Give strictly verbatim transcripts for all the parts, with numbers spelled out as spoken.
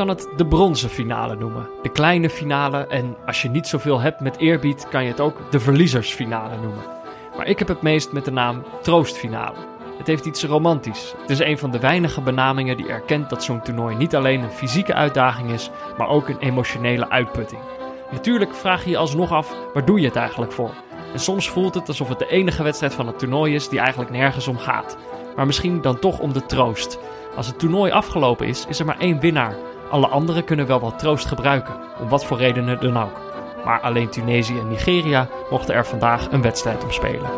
kan het de bronzen finale noemen. De kleine finale en als je niet zoveel hebt met eerbied... kan je het ook de verliezersfinale noemen. Maar ik heb het meest met de naam troostfinale. Het heeft iets romantisch. Het is een van de weinige benamingen die erkent dat zo'n toernooi niet alleen een fysieke uitdaging is... maar ook een emotionele uitputting. Natuurlijk vraag je je alsnog af, waar doe je het eigenlijk voor? En soms voelt het alsof het de enige wedstrijd van het toernooi is die eigenlijk nergens om gaat. Maar misschien dan toch om de troost. Als het toernooi afgelopen is, is er maar één winnaar. Alle anderen kunnen wel wat troost gebruiken, om wat voor redenen dan ook. Maar alleen Tunesië en Nigeria mochten er vandaag een wedstrijd om spelen.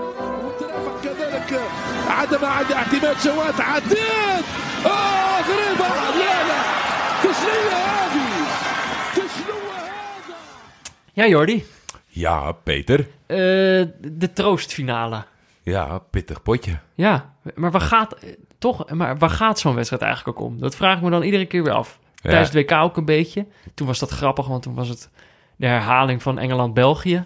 Ja, Jordi. Ja, Peter. Uh, de troostfinale. Ja, pittig potje. Ja, maar waar gaat, toch, maar waar gaat zo'n wedstrijd eigenlijk ook om? Dat vraag ik me dan iedere keer weer af. Ja. Tijdens het W K ook een beetje. Toen was dat grappig, want toen was het de herhaling van Engeland-België.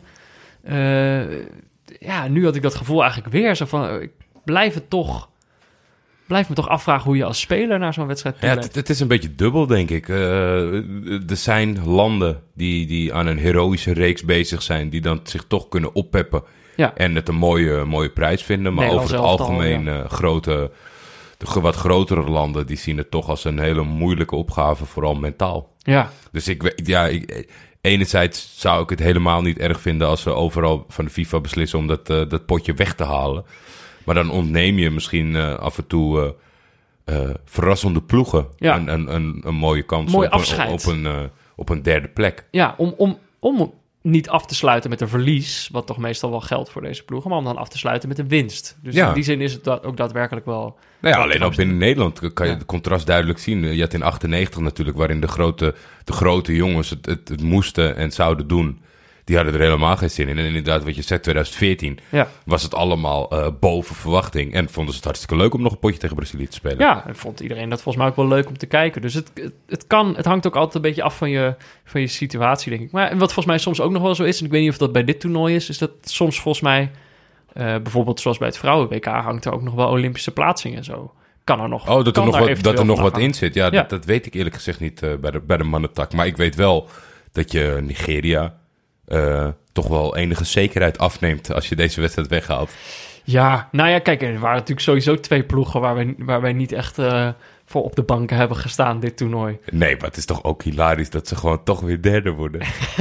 Uh, ja, nu had ik dat gevoel eigenlijk weer. Zo van, ik blijf het toch... Blijf me toch afvragen hoe je als speler naar zo'n wedstrijd toe Ja, het, het is een beetje dubbel, denk ik. Uh, er zijn landen die, die aan een heroïsche reeks bezig zijn... die dan zich toch kunnen oppeppen... Ja. En het een mooie, mooie prijs vinden. Maar over het algemeen ja. uh, grote, de wat grotere landen... die zien het toch als een hele moeilijke opgave, vooral mentaal. Ja. Dus ik, ja, ik, enerzijds zou ik het helemaal niet erg vinden... als we overal van de FIFA beslissen om dat, uh, dat potje weg te halen. Maar dan ontneem je misschien uh, af en toe uh, uh, verrassende ploegen... Ja. Een, een, een, een mooie kans Mooi op, een, op, een, uh, op een derde plek. Ja, om... om, om... niet af te sluiten met een verlies, wat toch meestal wel geldt voor deze ploegen, maar om dan af te sluiten met een winst. Dus ja. in die zin is het da- ook daadwerkelijk wel... Nou ja, alleen al binnen Nederland kan je ja. het contrast duidelijk zien. Je had in achtennegentig natuurlijk, waarin de grote, de grote jongens het, het, het moesten en zouden doen. Die hadden er helemaal geen zin in. En inderdaad, wat je zegt, twintig veertien ja. was het allemaal uh, boven verwachting. En vonden ze het hartstikke leuk om nog een potje tegen Brazilië te spelen. Ja, en vond iedereen dat volgens mij ook wel leuk om te kijken. Dus het, het, het kan, het hangt ook altijd een beetje af van je, van je situatie, denk ik. Maar en wat volgens mij soms ook nog wel zo is, en ik weet niet of dat bij dit toernooi is, is dat soms volgens mij, uh, bijvoorbeeld zoals bij het vrouwen-W K, hangt er ook nog wel Olympische plaatsing en zo. Kan er nog, oh, dat er nog wat, dat er nog wat gaan. in zit. Ja, ja. Dat, dat weet ik eerlijk gezegd niet uh, bij, de, bij de mannentak. Maar ik weet wel dat je Nigeria... Uh, toch wel enige zekerheid afneemt als je deze wedstrijd weghaalt. Ja, nou ja, kijk, er waren natuurlijk sowieso twee ploegen waar wij, waar wij niet echt uh, voor op de banken hebben gestaan dit toernooi. Nee, maar het is toch ook hilarisch dat ze gewoon toch weer derde worden.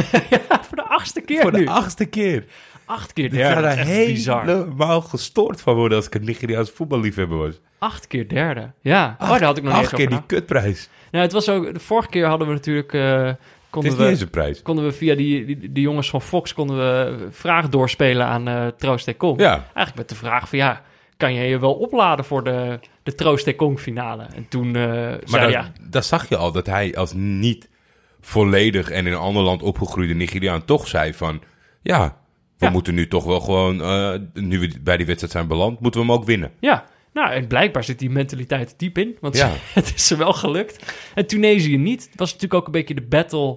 Ja, voor de achtste keer Voor nu. de achtste keer. Acht keer derde, dat is echt bizar. Helemaal gestoord van worden als ik een Nigeriaans voetballiefhebber was. Acht keer derde, ja. Acht, oh, daar had ik nog niet eens acht keer die kutprijs. Nou, het was ook, de vorige keer hadden we natuurlijk... Uh, Konden het is we, niet eens een prijs. Konden we via die, die, die jongens van Fox konden we vragen doorspelen aan uh, Troost en Kong. Ja. Eigenlijk met de vraag van ja, kan je je wel opladen voor de, de Troost en Kong finale? En toen uh, maar zei dan, ja... daar zag je al dat hij als niet volledig en in een ander land opgegroeide Nigeriaan toch zei van... Ja, we ja. moeten nu toch wel gewoon, uh, nu we bij die wedstrijd zijn beland, moeten we hem ook winnen. Ja. Nou, en blijkbaar zit die mentaliteit diep in. Want ja. het is ze wel gelukt. En Tunesië niet. Het was natuurlijk ook een beetje de battle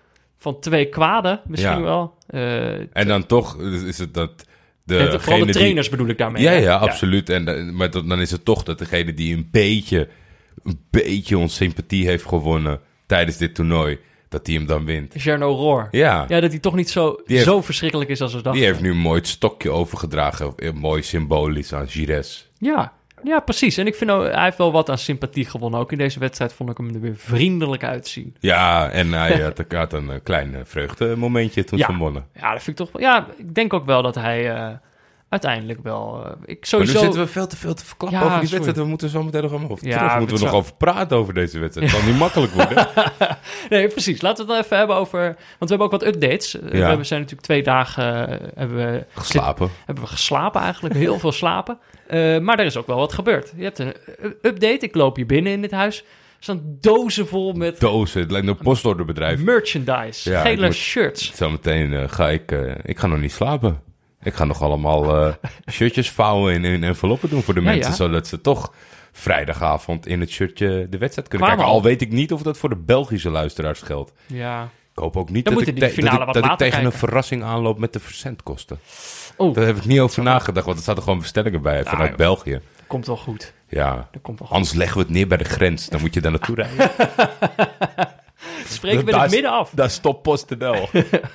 van twee kwaden. Misschien ja. wel. Uh, en dan toch is het dat... De het, vooral de trainers die, bedoel ik daarmee. Ja, ja, ja. absoluut. En, maar dat, dan is het toch dat degene die een beetje... een beetje ons sympathie heeft gewonnen tijdens dit toernooi... dat die hem dan wint. Jerno Roor. Ja. Ja, dat hij toch niet zo, heeft, zo verschrikkelijk is als we dachten. Die heeft nu mooi het stokje overgedragen. Mooi symbolisch aan Gires. Ja, ja, precies. En ik vind ook, hij heeft wel wat aan sympathie gewonnen. Ook in deze wedstrijd vond ik hem er weer vriendelijk uitzien. Ja, en hij had, had een klein vreugdemomentje toen ja. ze wonnen. Ja, dat vind ik toch... Ja, ik denk ook wel dat hij... Uh, uiteindelijk wel... Uh, ik sowieso... Maar nu zitten we veel te veel te verklappen ja, over die sorry. wedstrijd. We moeten zo meteen nog allemaal over ja, terug. Moeten we nog over praten over deze wedstrijd. Het kan niet makkelijk worden. Nee, precies. Laten we het dan even hebben over... Want we hebben ook wat updates. Ja. We hebben, zijn natuurlijk twee dagen... Uh, hebben we geslapen. Zit, hebben we geslapen eigenlijk. Heel veel slapen. Uh, maar er is ook wel wat gebeurd. Je hebt een update. Ik loop hier binnen in dit huis. Er staan dozen vol met... Dozen. Het lijkt een postorderbedrijf. Merchandise. Ja, gele moet, shirts. Zometeen uh, ga ik... Uh, ik ga nog niet slapen. Ik ga nog allemaal uh, shirtjes vouwen en in enveloppen doen voor de ja, mensen... Ja. zodat ze toch vrijdagavond in het shirtje de wedstrijd kunnen Kwamen kijken. Al weet ik niet of dat voor de Belgische luisteraars geldt. Ja. Ik hoop ook niet dat ik, te, dat ik, dat ik tegen kijken. een verrassing aanloop met de verzendkosten. Oh. Daar heb ik niet over nagedacht, want er zaten gewoon bestellingen bij vanuit nou, België. Dat komt wel goed. Ja, dat komt wel anders goed. leggen we het neer bij de grens. Dan moet je daar naartoe rijden. spreken we het midden af. Daar stopt PostNL.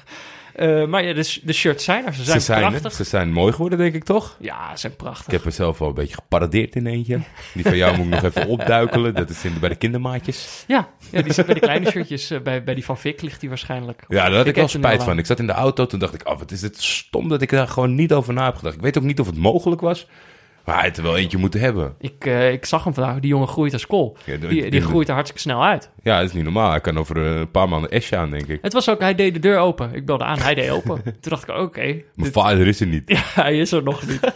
Uh, maar ja, de, de shirts zijn er. Ze zijn, ze zijn prachtig. Ze zijn mooi geworden, denk ik, toch? Ja, ze zijn prachtig. Ik heb er zelf wel een beetje geparadeerd in eentje. Die van jou moet ik nog even opduikelen. Dat is in, bij de kindermaatjes. Ja, ja, die zit bij de kleine shirtjes. Uh, bij, bij die van Vic ligt die waarschijnlijk. Ja, daar had ik wel spijt van. Ik zat in de auto, toen dacht ik... Oh, wat is het stom dat ik daar gewoon niet over na heb gedacht. Ik weet ook niet of het mogelijk was... Maar hij had er wel eentje moeten hebben. Ik, uh, ik zag hem vandaag. Die jongen groeit als kool. Ja, die, die, die groeit er hartstikke snel uit. Ja, dat is niet normaal. Hij kan over een paar maanden Esje aan, denk ik. Het was ook... Hij deed de deur open. Ik belde aan. Hij deed open. Toen dacht ik, oké. Okay, Mijn dit... vader is er niet. Ja, hij is er nog niet.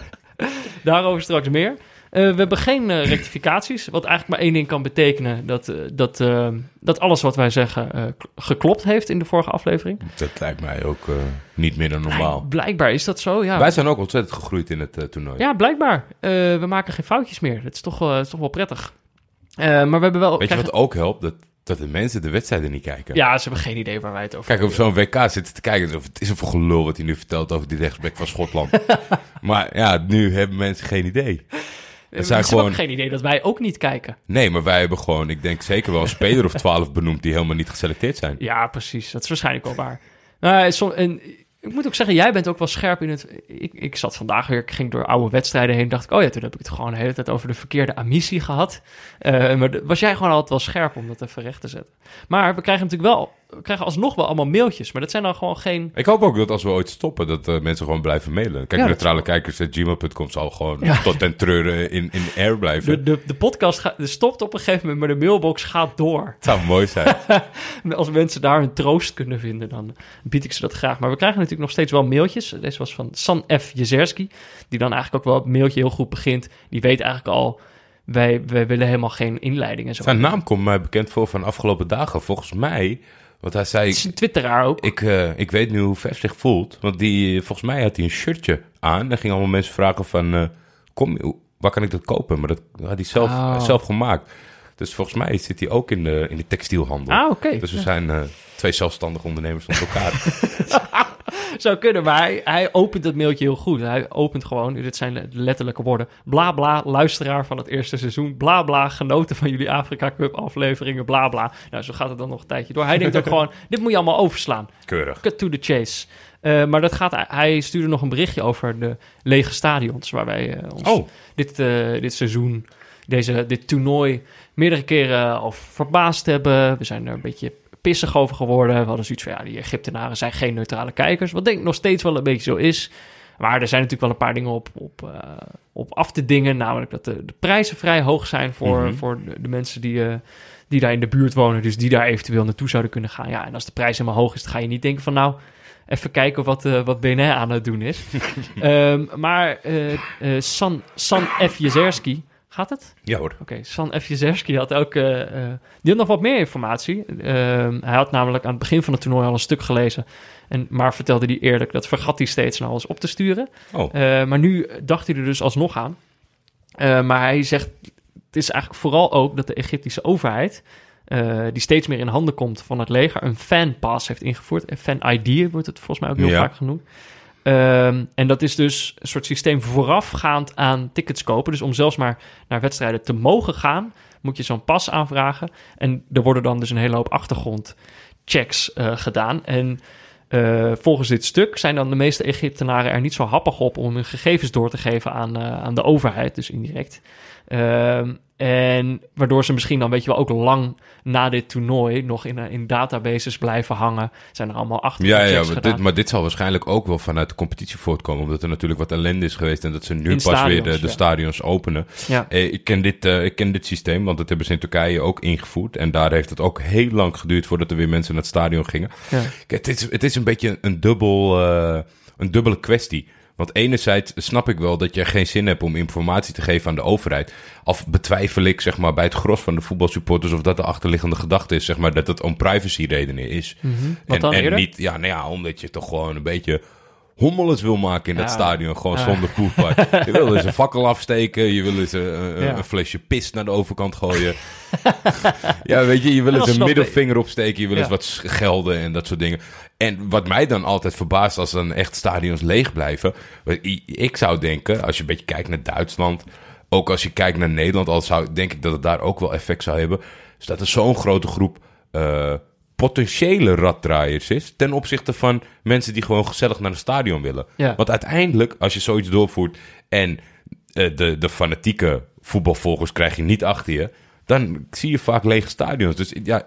Daarover straks meer. Uh, we hebben geen uh, rectificaties. Wat eigenlijk maar één ding kan betekenen. Dat, uh, dat, uh, dat alles wat wij zeggen uh, geklopt heeft in de vorige aflevering. Dat lijkt mij ook uh, niet meer dan normaal. Blijk, blijkbaar is dat zo, ja. Wij zijn ook ontzettend gegroeid in het uh, toernooi. Ja, blijkbaar. Uh, we maken geen foutjes meer. Dat is toch, uh, is toch wel prettig. Uh, maar we hebben wel... Weet krijgen... je wat ook helpt? Dat, dat de mensen de wedstrijden niet kijken. Ja, ze hebben geen idee waar wij het over Kijk, op zo'n W K zitten te kijken. Het is een voor gelul wat hij nu vertelt over die rechtsback van Schotland. Maar ja, nu hebben mensen geen idee. We hebben gewoon... ook geen idee dat wij ook niet kijken. Nee, maar wij hebben gewoon, ik denk zeker wel een speler of twaalf benoemd die helemaal niet geselecteerd zijn. Ja, precies. Dat is waarschijnlijk wel waar. Nou, som, en ik moet ook zeggen, jij bent ook wel scherp in het... Ik, ik zat vandaag weer, ik ging door oude wedstrijden heen, dacht ik, oh ja, toen heb ik het gewoon de hele tijd over de verkeerde Amici gehad. Uh, maar was jij gewoon altijd wel scherp om dat even recht te zetten. Maar we krijgen natuurlijk wel... We krijgen alsnog wel allemaal mailtjes, maar dat zijn dan gewoon geen... Ik hoop ook dat als we ooit stoppen, dat uh, mensen gewoon blijven mailen. Kijk, ja, neutrale kijkers at gmail punt com zal gewoon ja. tot den treuren in, in air blijven. De, de, de podcast gaat, de stopt op een gegeven moment, maar de mailbox gaat door. Het zou mooi zijn. Als mensen daar hun troost kunnen vinden, dan bied ik ze dat graag. Maar we krijgen natuurlijk nog steeds wel mailtjes. Deze was van San F. Jezerski, die dan eigenlijk ook wel het mailtje heel goed begint. Die weet eigenlijk al... Wij, wij willen helemaal geen inleiding en zo. Zijn naam komt mij bekend voor van de afgelopen dagen. Volgens mij... Want hij zei... Het is een twitteraar ook. Ik, uh, ik weet nu hoe Vef zich voelt. Want die, volgens mij had hij een shirtje aan. En gingen allemaal mensen vragen van... Uh, kom, waar kan ik dat kopen? Maar dat had hij zelf, oh. zelf gemaakt. Dus volgens mij zit hij ook in de, in de textielhandel. Ah, oké. Okay. Dus we ja. zijn uh, twee zelfstandige ondernemers van elkaar. Zou kunnen, maar hij, hij opent het mailtje heel goed. Hij opent gewoon, dit zijn letterlijke woorden... bla bla, luisteraar van het eerste seizoen... bla bla, genoten van jullie Afrika Cup afleveringen... bla bla. Nou, zo gaat het dan nog een tijdje door. Hij denkt ook gewoon, dit moet je allemaal overslaan. Keurig. Cut to the chase. Uh, maar dat gaat, hij stuurde nog een berichtje over de lege stadions... waar wij uh, ons oh. dit, uh, dit seizoen, deze, dit toernooi... meerdere keren over verbaasd hebben. We zijn er een beetje... pissig over geworden. We hadden zoiets van, ja, die Egyptenaren zijn geen neutrale kijkers. Wat denk ik nog steeds wel een beetje zo is. Maar er zijn natuurlijk wel een paar dingen op, op, uh, op af te dingen. Namelijk dat de, de prijzen vrij hoog zijn voor, mm-hmm. voor de, de mensen die, uh, die daar in de buurt wonen. Dus die daar eventueel naartoe zouden kunnen gaan. Ja, en als de prijs helemaal hoog is, dan ga je niet denken van, nou, even kijken wat, uh, wat B N R aan het doen is. um, maar uh, uh, San, San F. Jezerski... Gaat het? Ja hoor. Oké, okay, San F. Jezerski had ook... Uh, uh, die had nog wat meer informatie. Uh, hij had namelijk aan het begin van het toernooi al een stuk gelezen. En, maar vertelde hij eerlijk, dat vergat hij steeds nou eens op te sturen. Oh. Uh, maar nu dacht hij er dus alsnog aan. Uh, maar hij zegt, het is eigenlijk vooral ook dat de Egyptische overheid... Uh, die steeds meer in handen komt van het leger... een fanpass heeft ingevoerd. Een fan-I D wordt het volgens mij ook heel ja. vaak genoemd. Um, en dat is dus een soort systeem voorafgaand aan tickets kopen. Dus om zelfs maar naar wedstrijden te mogen gaan, moet je zo'n pas aanvragen. En er worden dan dus een hele hoop achtergrondchecks uh, gedaan. En uh, volgens dit stuk zijn dan de meeste Egyptenaren er niet zo happig op om hun gegevens door te geven aan, uh, aan de overheid, dus indirect. Um, en waardoor ze misschien dan, weet je wel, ook lang na dit toernooi nog in, in databases blijven hangen. Zijn er allemaal achtergrondchecks ja, ja, gedaan. Dit, maar dit zal waarschijnlijk ook wel vanuit de competitie voortkomen. Omdat er natuurlijk wat ellende is geweest en dat ze nu in pas stadions, weer de, de ja. stadions openen. Ja. Eh, ik, ken dit, uh, ik ken dit systeem, want dat hebben ze in Turkije ook ingevoerd. En daar heeft het ook heel lang geduurd voordat er weer mensen naar het stadion gingen. Ja. Kijk, het, is, het is een beetje een, dubbel, uh, een dubbele kwestie. Want enerzijds snap ik wel dat je geen zin hebt om informatie te geven aan de overheid. Of betwijfel ik, zeg maar, bij het gros van de voetbalsupporters of dat de achterliggende gedachte is, zeg maar, dat het om privacy-redenen is. Mm-hmm. Wat dan en, en niet, ja, nou ja, omdat je toch gewoon een beetje hommeles wil maken in dat ja. stadion, gewoon ja. zonder poefpad. Je wil eens een fakkel afsteken, je wil eens een, een, ja. een flesje pis naar de overkant gooien. Ja, weet je, je wil eens een middelvinger opsteken, je wil ja. eens wat gelden en dat soort dingen. En wat mij dan altijd verbaast als dan echt stadions leeg blijven. Ik zou denken, als je een beetje kijkt naar Duitsland, ook als je kijkt naar Nederland, al zou denk ik dat het daar ook wel effect zou hebben. Dus dat er zo'n grote groep uh, potentiële raddraaiers is ten opzichte van mensen die gewoon gezellig naar het stadion willen. Ja. Want uiteindelijk, als je zoiets doorvoert en uh, de, de fanatieke voetbalvolgers krijg je niet achter je, dan zie je vaak lege stadions. Dus ja,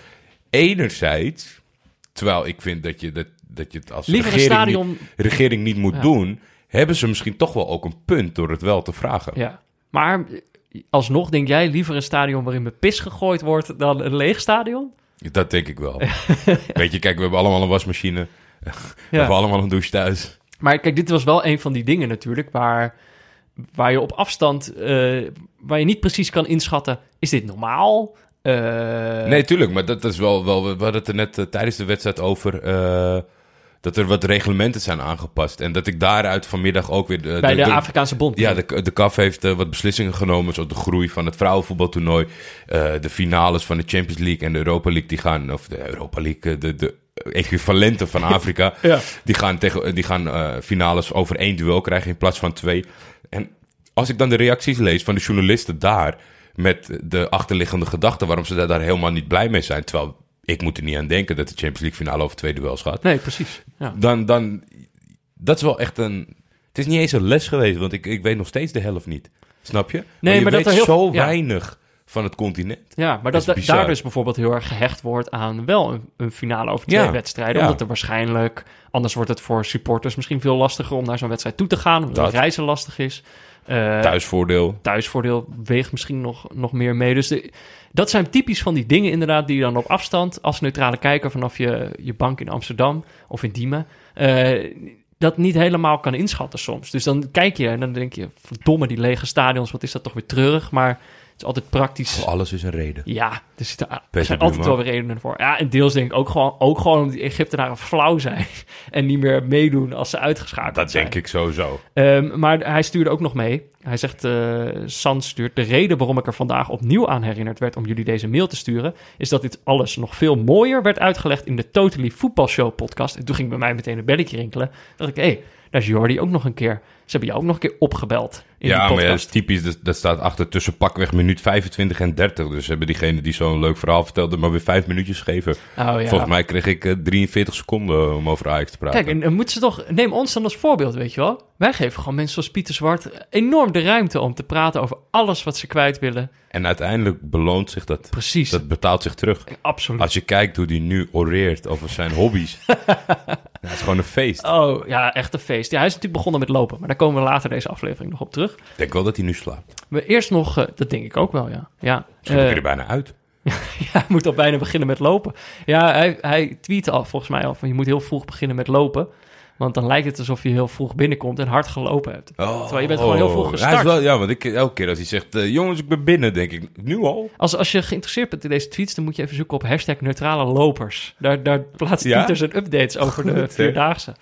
enerzijds, terwijl ik vind dat je, dat, dat je het als regering, stadion... niet, regering niet moet ja. doen, hebben ze misschien toch wel ook een punt door het wel te vragen. Ja, maar alsnog denk jij liever een stadion waarin met pis gegooid wordt dan een leeg stadion? Dat denk ik wel. Weet je, kijk, we hebben allemaal een wasmachine. We ja. hebben allemaal een douche thuis. Maar kijk, dit was wel een van die dingen natuurlijk waar, waar je op afstand, uh, waar je niet precies kan inschatten, is dit normaal? Uh... Nee, tuurlijk, maar dat is wel, wel we hadden het er net uh, tijdens de wedstrijd over, uh, dat er wat reglementen zijn aangepast. En dat ik daaruit vanmiddag ook weer... Uh, Bij de, de Afrikaanse Bond. Ja, de, de C A F heeft uh, wat beslissingen genomen, zoals de groei van het vrouwenvoetbaltoernooi, uh, de finales van de Champions League en de Europa League, die gaan, of de Europa League, de, de equivalenten van Afrika, ja. die gaan, tegen, die gaan uh, finales over één duel krijgen in plaats van twee. En als ik dan de reacties lees van de journalisten daar, met de achterliggende gedachten waarom ze daar, daar helemaal niet blij mee zijn, terwijl ik moet er niet aan denken dat de Champions League finale over twee duels gaat. Nee, precies. Ja. Dan, dan, dat is wel echt een... Het is niet eens een les geweest, want ik, ik weet nog steeds de helft niet. Snap je? Nee, maar je maar weet dat er heel zo ja. weinig van het continent. Ja, maar dat, dat daar dus bijvoorbeeld heel erg gehecht wordt aan wel een, een finale over twee ja. wedstrijden. Ja. Omdat er waarschijnlijk... Anders wordt het voor supporters misschien veel lastiger om naar zo'n wedstrijd toe te gaan. Omdat dat. reizen lastig is. Uh, thuisvoordeel. Thuisvoordeel weegt misschien nog, nog meer mee. Dus de, dat zijn typisch van die dingen inderdaad die je dan op afstand als neutrale kijker vanaf je, je bank in Amsterdam of in Diemen uh, dat niet helemaal kan inschatten soms. Dus dan kijk je en dan denk je, verdomme die lege stadions, wat is dat toch weer treurig. Maar het is altijd praktisch. Voor alles is een reden. Ja, er, zitten, er zijn altijd wel weer redenen voor. Ja, en deels denk ik ook gewoon, ook gewoon omdat die Egyptenaren flauw zijn en niet meer meedoen als ze uitgeschakeld dat zijn. Dat denk ik sowieso. Um, maar hij stuurde ook nog mee. Hij zegt, uh, Sans stuurt, de reden waarom ik er vandaag opnieuw aan herinnerd werd om jullie deze mail te sturen, is dat dit alles nog veel mooier werd uitgelegd in de Totally Football Show podcast. En toen ging bij mij meteen een belletje rinkelen. Toen dacht ik, hé, hey, daar is Jordi ook nog een keer. Ze hebben jou ook nog een keer opgebeld in ja, die podcast. Maar ja, dat is typisch. Dat, dat staat achter tussen pakweg minuut vijfentwintig en dertig. Dus hebben diegene die zo'n leuk verhaal vertelde maar weer vijf minuutjes gegeven. Oh, ja. Volgens mij kreeg ik uh, drieënveertig seconden om over Ajax te praten. Kijk, en dan moeten ze toch... Neem ons dan als voorbeeld, weet je wel. Wij geven gewoon mensen zoals Pieter Zwart enorm de ruimte om te praten over alles wat ze kwijt willen. En uiteindelijk beloont zich dat. Precies. Dat betaalt zich terug. Absoluut. Als je kijkt hoe die nu oreert over zijn hobby's. Het is gewoon een feest. Oh, ja, echt een feest. Ja, hij is natuurlijk begonnen met lopen. Maar daar komen we later deze aflevering nog op terug. Ik denk wel dat hij nu slaapt. Maar eerst nog... Uh, dat denk ik ook wel, ja. ja. Misschien uh, moet je er bijna uit. ja, hij moet al bijna beginnen met lopen. Ja, hij, hij tweette al volgens mij al van je moet heel vroeg beginnen met lopen. Want dan lijkt het alsof je heel vroeg binnenkomt en hard gelopen hebt. Oh, Terwijl je bent gewoon heel vroeg gestart. Hij is wel, ja, want ik, elke keer als hij zegt, uh, jongens, ik ben binnen, denk ik, nu al? Als, als je geïnteresseerd bent in deze tweets, dan moet je even zoeken op hashtag neutrale lopers. Daar, daar plaatst ja? Pieter zijn updates over Goed, de Vierdaagse.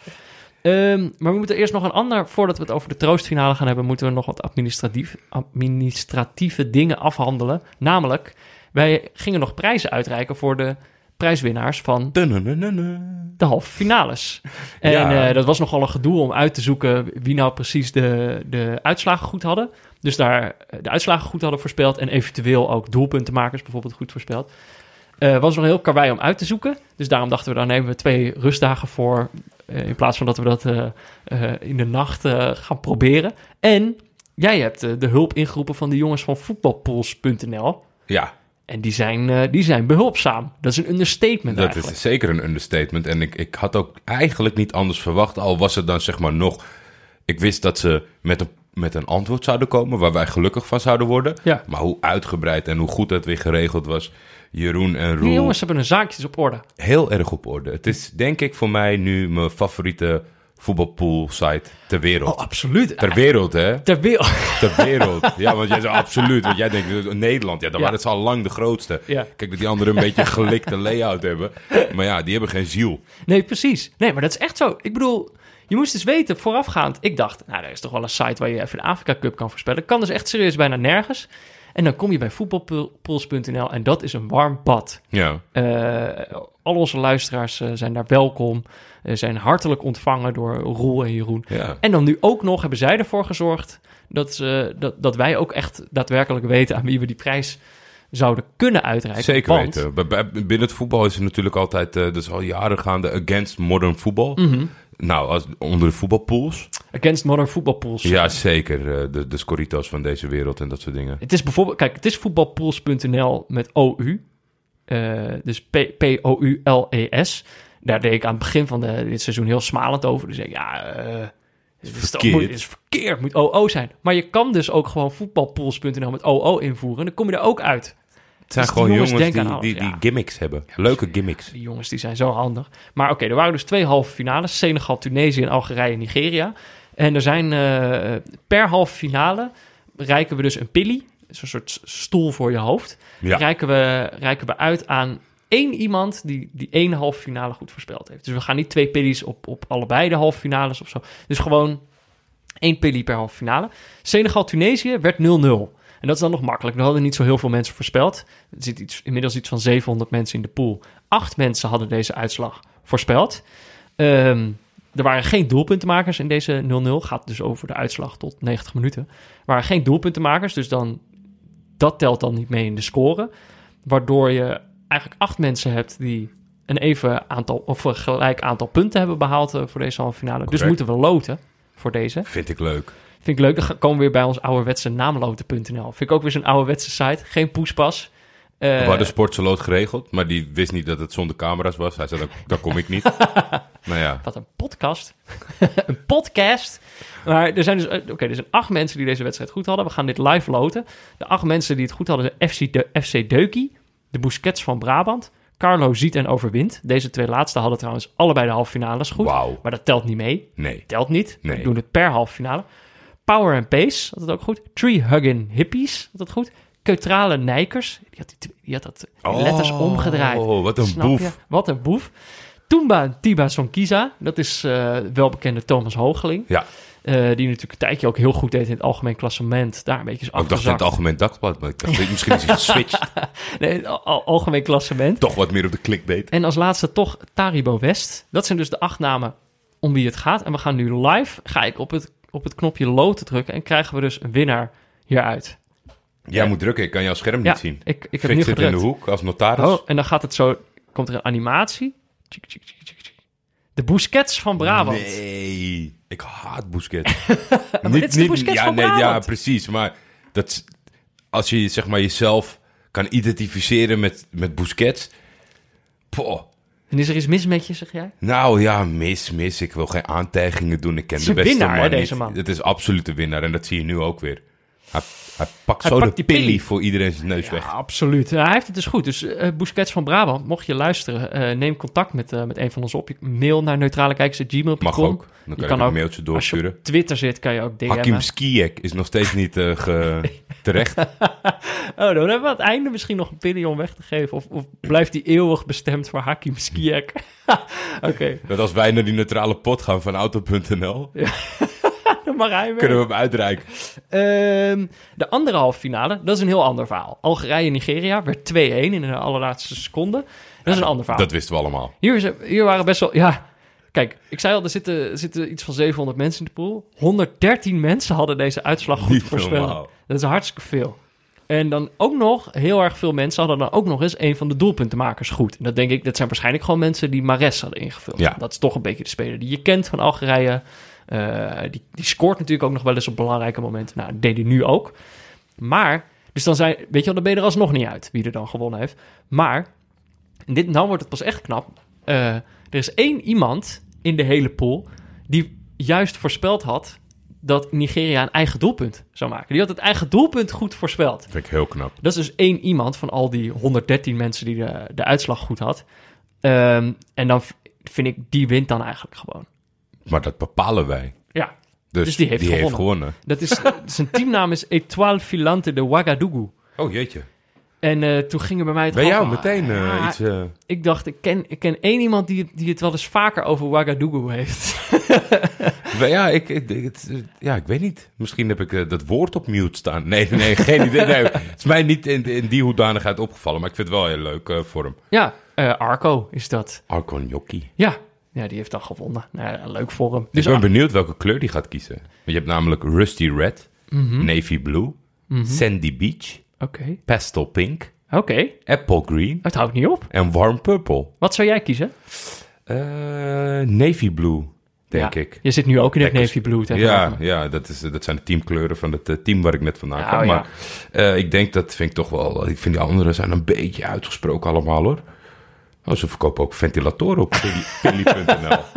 Um, maar we moeten eerst nog een ander, voordat we het over de troostfinale gaan hebben, moeten we nog wat administratief, administratieve dingen afhandelen. Namelijk, wij gingen nog prijzen uitreiken voor de prijswinnaars van de halve finales. En ja. uh, dat was nogal een gedoe om uit te zoeken wie nou precies de, de uitslagen goed hadden. Dus daar de uitslagen goed hadden voorspeld en eventueel ook doelpuntenmakers bijvoorbeeld goed voorspeld. Uh, was nog heel karwei om uit te zoeken. Dus daarom dachten we, dan nemen we twee rustdagen voor, uh, in plaats van dat we dat uh, uh, in de nacht uh, gaan proberen. En jij hebt uh, de hulp ingeroepen van de jongens van voetbalpools punt n l. Ja. En die zijn, uh, die zijn behulpzaam. Dat is een understatement Dat eigenlijk. is zeker een understatement. En ik, ik had ook eigenlijk niet anders verwacht. Al was het dan zeg maar nog... Ik wist dat ze met een, met een antwoord zouden komen... waar wij gelukkig van zouden worden. Ja. Maar hoe uitgebreid en hoe goed dat weer geregeld was... Jeroen en Roel... Die jongens hebben hun zaakjes op orde. Heel erg op orde. Het is denk ik voor mij nu mijn favoriete... voetbalpool-site ter wereld. Oh, absoluut. Ter wereld, hè? Ter wereld. Ter wereld. Ja, want jij zegt absoluut. Want jij denkt, Nederland, ja, dan ja. waren ze al lang de grootste. Ja. Kijk, dat die anderen een beetje een gelikte layout hebben. Maar ja, die hebben geen ziel. Nee, precies. Nee, maar dat is echt zo. Ik bedoel, je moest eens weten, voorafgaand. Ik dacht, nou, er is toch wel een site waar je even de Afrika Cup kan voorspellen. Kan dus echt serieus bijna nergens. En dan kom je bij voetbalpools punt n l en dat is een warm bad. Ja. Uh, al onze luisteraars uh, zijn daar welkom. Uh, zijn hartelijk ontvangen door Roel en Jeroen. Ja. En dan nu ook nog hebben zij ervoor gezorgd... dat, uh, dat, dat wij ook echt daadwerkelijk weten aan wie we die prijs zouden kunnen uitreiken. Zeker want... weten. Binnen het voetbal is er natuurlijk altijd, uh, dus al jaren gaande, against modern football. Mm-hmm. Nou, als, onder de voetbalpools. Against modern voetbalpools. Ja, zeker. Uh, de, de Scorritos van deze wereld en dat soort dingen. Het is bijvoorbeeld, kijk, het is voetbalpools punt n l met O U. Uh, dus P O U L E S. Daar deed ik aan het begin van de, dit seizoen heel smalend over. Dus ik, ja, uh, het is, toch, moet, het is verkeerd, het moet O O zijn. Maar je kan dus ook gewoon voetbalpools punt n l met O O invoeren. En dan kom je er ook uit. Het zijn dus gewoon jongens, jongens die, die, die, die gimmicks hebben. Ja, leuke gimmicks. Die jongens die zijn zo handig. Maar oké, okay, er waren dus twee halve finales. Senegal, Tunesië en Algerije en Nigeria. En er zijn uh, per halve finale reiken we dus een pilly. Zo'n soort stoel voor je hoofd. Ja. Reiken, we, reiken we uit aan één iemand die die één halve finale goed voorspeld heeft. Dus we gaan niet twee pillies op, op allebei de halve finales of zo. Dus gewoon één pilly per halve finale. Senegal, Tunesië werd nul nul. En dat is dan nog makkelijk. Er hadden niet zo heel veel mensen voorspeld. Er zit iets, inmiddels iets van zevenhonderd mensen in de pool. Acht mensen hadden deze uitslag voorspeld. Um, er waren geen doelpuntenmakers in deze nul nul. Gaat dus over de uitslag tot negentig minuten. Er waren geen doelpuntenmakers, dus dan, dat telt dan niet mee in de score. Waardoor je eigenlijk acht mensen hebt die een even aantal of een gelijk aantal punten hebben behaald uh, voor deze halve finale. Correct. Dus moeten we loten voor deze. Vind ik leuk. Vind ik leuk. Dan komen we weer bij ons ouderwetse naamloten punt n l. Vind ik ook weer zo'n ouderwetse site. Geen poespas. Uh, we hadden Sportseloot geregeld, maar die wist niet dat het zonder camera's was. Hij zei, daar kom ik niet. Nou ja. Wat een podcast. Een podcast. Maar er zijn dus oké, okay, er zijn acht mensen die deze wedstrijd goed hadden. We gaan dit live loten. De acht mensen die het goed hadden zijn F C, de, F C Deukie, de Busquets van Brabant, Carlo ziet en overwint. Deze twee laatste hadden trouwens allebei de halve finales goed. Wow. Maar dat telt niet mee. Nee. Telt niet. Nee. We doen het per halve finale. Power and Pace had het ook goed. Tree Huggin Hippies had het goed. Keutrale Nijkers. Die had, die, die had dat die oh, letters omgedraaid. Oh, wat een Snap boef. Je? Wat een boef. Toomba Tiba Sonkiza. Dat is uh, welbekende Thomas Hoogeling. Ja. Uh, die natuurlijk een tijdje ook heel goed deed in het algemeen klassement. Daar een beetje is afgezakt. Ik dacht in het algemeen dagblad, maar ik dacht misschien is hij geswitcht. Nee, het al- algemeen klassement. Toch wat meer op de clickbait. En als laatste toch Taribo West. Dat zijn dus de acht namen om wie het gaat. En we gaan nu live, ga ik op het, op het knopje loten drukken en krijgen we dus een winnaar hieruit. Jij ja. moet drukken, ik kan jouw scherm ja, niet zien. Ik, ik heb Fix nu het gedrukt. in de hoek als notaris. Oh, en dan gaat het zo, komt er een animatie. De Busquets van Brabant. Nee, ik haat Busquets. maar niet, dit is de Busquets ja, van nee, Brabant. Ja, precies. Maar dat, als je zeg maar jezelf kan identificeren met, met Busquets. Poh. En is er iets mis met je, zeg jij? Nou ja, mis, mis. Ik wil geen aantijgingen doen. Ik ken de beste winnaar, man hè, niet. deze man. Het is absoluut de winnaar en dat zie je nu ook weer. Hij, hij pakt hij zo pakt de die pilly voor iedereen zijn neus ja, weg. Absoluut. Uh, hij heeft het dus goed. Dus uh, Busquets van Brabant, mocht je luisteren, uh, neem contact met, uh, met een van ons op. Mail naar neutralekijkers punt gmail punt com. Mag ook. Dan kan je, kan ook een mailtje doorsturen. Als je op Twitter zit, kan je ook D M'en. Hakim Ziyech is nog steeds niet uh, ge... terecht. Oh, dan hebben we aan het einde misschien nog een pilly om weg te geven. Of, of blijft die eeuwig bestemd voor Hakim Ziyech? Oké. Okay. Dat als wij naar die neutrale pot gaan van auto punt n l... Ja. Maar hij kunnen we hem uitreiken. Um, de andere halve finale, dat is een heel ander verhaal. Algerije-Nigeria werd twee-een in de allerlaatste seconde. Dat ja, is een ander verhaal. Dat wisten we allemaal. Hier, is, hier waren best wel... Ja, kijk, ik zei al, er zitten, er zitten iets van zevenhonderd mensen in de pool. honderddertien mensen hadden deze uitslag goed voorspellen. Dat is hartstikke veel. En dan ook nog, heel erg veel mensen hadden dan ook nog eens een van de doelpuntenmakers goed. En dat denk ik, dat zijn waarschijnlijk gewoon mensen die Mahrez hadden ingevuld. Ja. Dat is toch een beetje de speler die je kent van Algerije. Uh, die, die scoort natuurlijk ook nog wel eens op belangrijke momenten. Nou, dat deed hij nu ook. Maar, dus dan zijn, weet je wel, dan ben je er alsnog niet uit wie er dan gewonnen heeft. Maar, en dit, nou wordt het pas echt knap. Uh, er is één iemand in de hele pool die juist voorspeld had dat Nigeria een eigen doelpunt zou maken. Die had het eigen doelpunt goed voorspeld. Dat vind ik heel knap. Dat is dus één iemand van al die honderddertien mensen die de, de uitslag goed had. Um, en dan vind ik, die wint dan eigenlijk gewoon. Maar dat bepalen wij. Ja, dus, dus die heeft die gewonnen. Heeft gewonnen. Dat is, zijn teamnaam is Etoile Filante de Ouagadougou. Oh, jeetje. En uh, toen gingen bij mij... Het bij jou al, meteen uh, ja, iets... Uh... Ik dacht, ik ken, ik ken één iemand die, die het wel eens vaker over Ouagadougou heeft. ja, ik, ik, het, ja, ik weet niet. Misschien heb ik uh, dat woord op mute staan. Nee, nee, geen idee. Nee, het is mij niet in, in die hoedanigheid opgevallen, maar ik vind het wel heel leuk uh, voor hem. Ja, uh, Arco is dat. Arco Gnocchi. Ja. Ja, die heeft dan gewonnen. Nou ja, leuk voor hem. Dus ik ben benieuwd welke kleur die gaat kiezen. Je hebt namelijk Rusty Red, mm-hmm. Navy Blue, mm-hmm. Sandy Beach, okay. Pastel Pink, Oké. Okay. Apple Green. Het houdt niet op. En Warm Purple. Wat zou jij kiezen? Uh, Navy Blue, denk ja, ik. Je zit nu ook in het Lekker. Navy Blue. Ja, ja dat, is, dat zijn de teamkleuren van het uh, team waar ik net vandaan ja, kwam. Maar ja. uh, ik denk dat vind ik toch wel... Ik vind die anderen zijn een beetje uitgesproken allemaal, hoor. Oh, ze verkopen ook ventilatoren op pilly punt n l.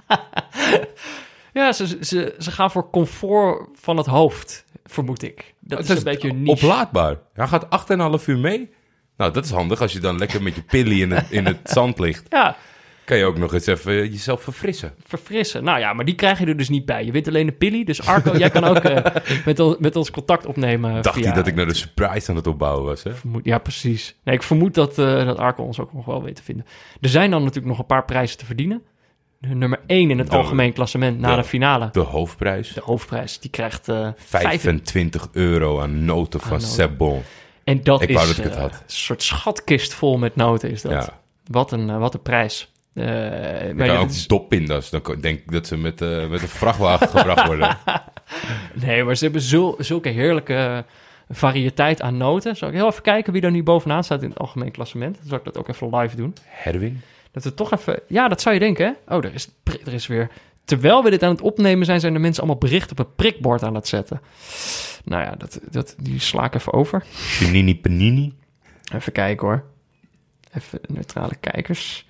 Ja, ze, ze, ze gaan voor comfort van het hoofd, vermoed ik. Dat is, is een beetje niche. Oplaadbaar. Hij gaat acht komma vijf uur mee. Nou, dat is handig als je dan lekker met je pilly in het, in het zand ligt. Ja. Kan je ook nog eens even jezelf verfrissen. Verfrissen. Nou ja, maar die krijg je er dus niet bij. Je wint alleen de pilly. Dus Arco, jij kan ook uh, met, on, met ons contact opnemen. Dacht via, hij dat ik nou de surprise aan het opbouwen was, hè? Vermoed, ja, precies. Nee, ik vermoed dat, uh, dat Arco ons ook nog wel weet te vinden. Er zijn dan natuurlijk nog een paar prijzen te verdienen. De nummer één in het de, algemeen klassement na de, de finale. De hoofdprijs. De hoofdprijs. Die krijgt... Uh, vijfentwintig euro aan noten van Sebon. En dat ik is wou dat ik het uh, had. een soort schatkist vol met noten is dat. Ja. Wat, een, uh, wat een prijs. Uh, maar kan ja, ook is... doppindas. Dan denk ik dat ze met, uh, met een vrachtwagen gebracht worden. Nee, maar ze hebben zul, zulke heerlijke variëteit aan noten. Zal ik heel even kijken wie er nu bovenaan staat in het algemeen klassement. Dan zal ik dat ook even live doen. Herwin? Dat we toch even... Ja, dat zou je denken, hè? Oh, er is, er is weer... Terwijl we dit aan het opnemen zijn, zijn de mensen allemaal berichten op een prikbord aan het zetten. Nou ja, dat, dat, die sla ik even over. Panini Panini. Even kijken hoor. Even neutrale kijkers.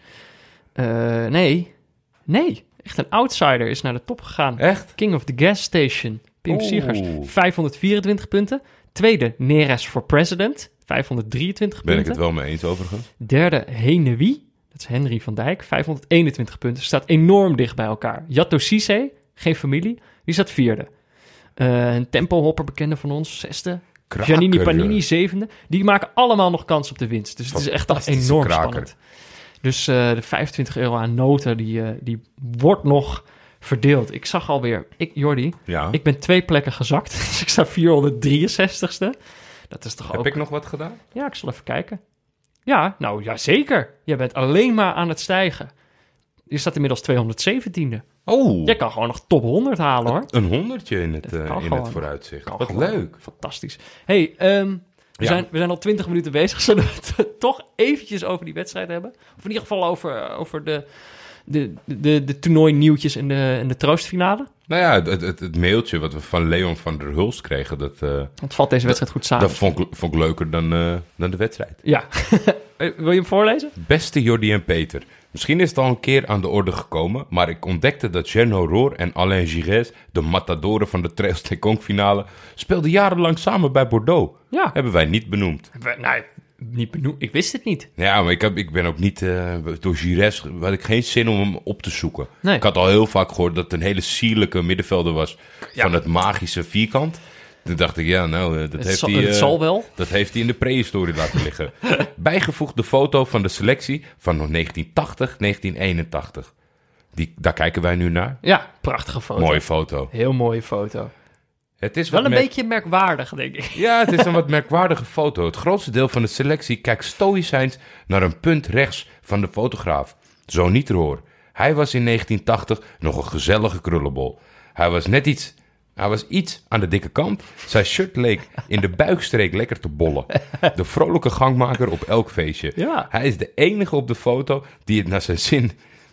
Uh, nee. Nee. Echt een outsider is naar de top gegaan. Echt? King of the Gas Station. Pim Siegers. vijfhonderdvierentwintig punten. Tweede, Neres for President. vijfhonderdrieëntwintig ben punten. Ben ik het wel mee eens overigens. Derde, Henewie. Dat is Henry van Dijk. vijfhonderdeenentwintig punten. Staat enorm dicht bij elkaar. Yato Cisse, geen familie. Die staat vierde. Uh, een tempohopper bekende van ons. Zesde. Kraker. Giannini Panini, zevende. Die maken allemaal nog kans op de winst. Dus het is echt al enorm kraker. Spannend. Dus uh, de vijfentwintig euro aan noten, die, uh, die wordt nog verdeeld. Ik zag alweer, ik, Jordi, ja. ik ben twee plekken gezakt. Dus ik sta vierhonderddrieënzestigste. Dat is toch Heb ook... ik nog wat gedaan? Ja, ik zal even kijken. Ja, nou ja, zeker. Je bent alleen maar aan het stijgen. Je staat inmiddels tweehonderdzeventiende. Oh. Jij kan gewoon nog top honderd halen, hoor. Een honderdje in het, uh, in het vooruitzicht. Wat gewoon. Leuk. Fantastisch. Hey, um, we, ja. zijn, we zijn al twintig minuten bezig. Zullen we het toch eventjes over die wedstrijd hebben? Of in ieder geval over, over de, de, de, de toernooinieuwtjes en de, en de troostfinale? Nou ja, het, het, het mailtje wat we van Leon van der Hulst kregen... Dat, uh, het valt deze wedstrijd goed samen. Dat vond ik, vond ik leuker dan, uh, dan de wedstrijd. Ja. Wil je hem voorlezen? Beste Jordi en Peter... Misschien is het al een keer aan de orde gekomen, maar ik ontdekte dat Gernot Rohr en Alain Giresse, de matadoren van de Trails Tekkong finale, speelden jarenlang samen bij Bordeaux. Ja. Hebben wij niet benoemd. We, nou, niet benoemd. Ik wist het niet. Ja, maar ik, heb, ik ben ook niet, uh, door Giresse had ik geen zin om hem op te zoeken. Nee. Ik had al heel vaak gehoord dat het een hele sierlijke middenvelder was ja. van het magische vierkant. Toen dacht ik, ja, nou, dat, het heeft, zal, hij, uh, het zal wel. dat heeft hij in de prehistorie laten liggen. Bijgevoegde foto van de selectie van negentien tachtig, negentien eenentachtig. Die, daar kijken wij nu naar. Ja, prachtige foto. Mooie foto. Heel mooie foto. Het is wel een merk... beetje merkwaardig, denk ik. Ja, het is een wat merkwaardige foto. Het grootste deel van de selectie kijkt stoïcijns naar een punt rechts van de fotograaf. Zo niet Rohr. Hij was in negentien tachtig nog een gezellige krullenbol. Hij was net iets... Hij was iets aan de dikke kant. Zijn shirt leek in de buikstreek lekker te bollen. De vrolijke gangmaker op elk feestje. Ja. Hij is de enige op de foto die het naar zijn zin...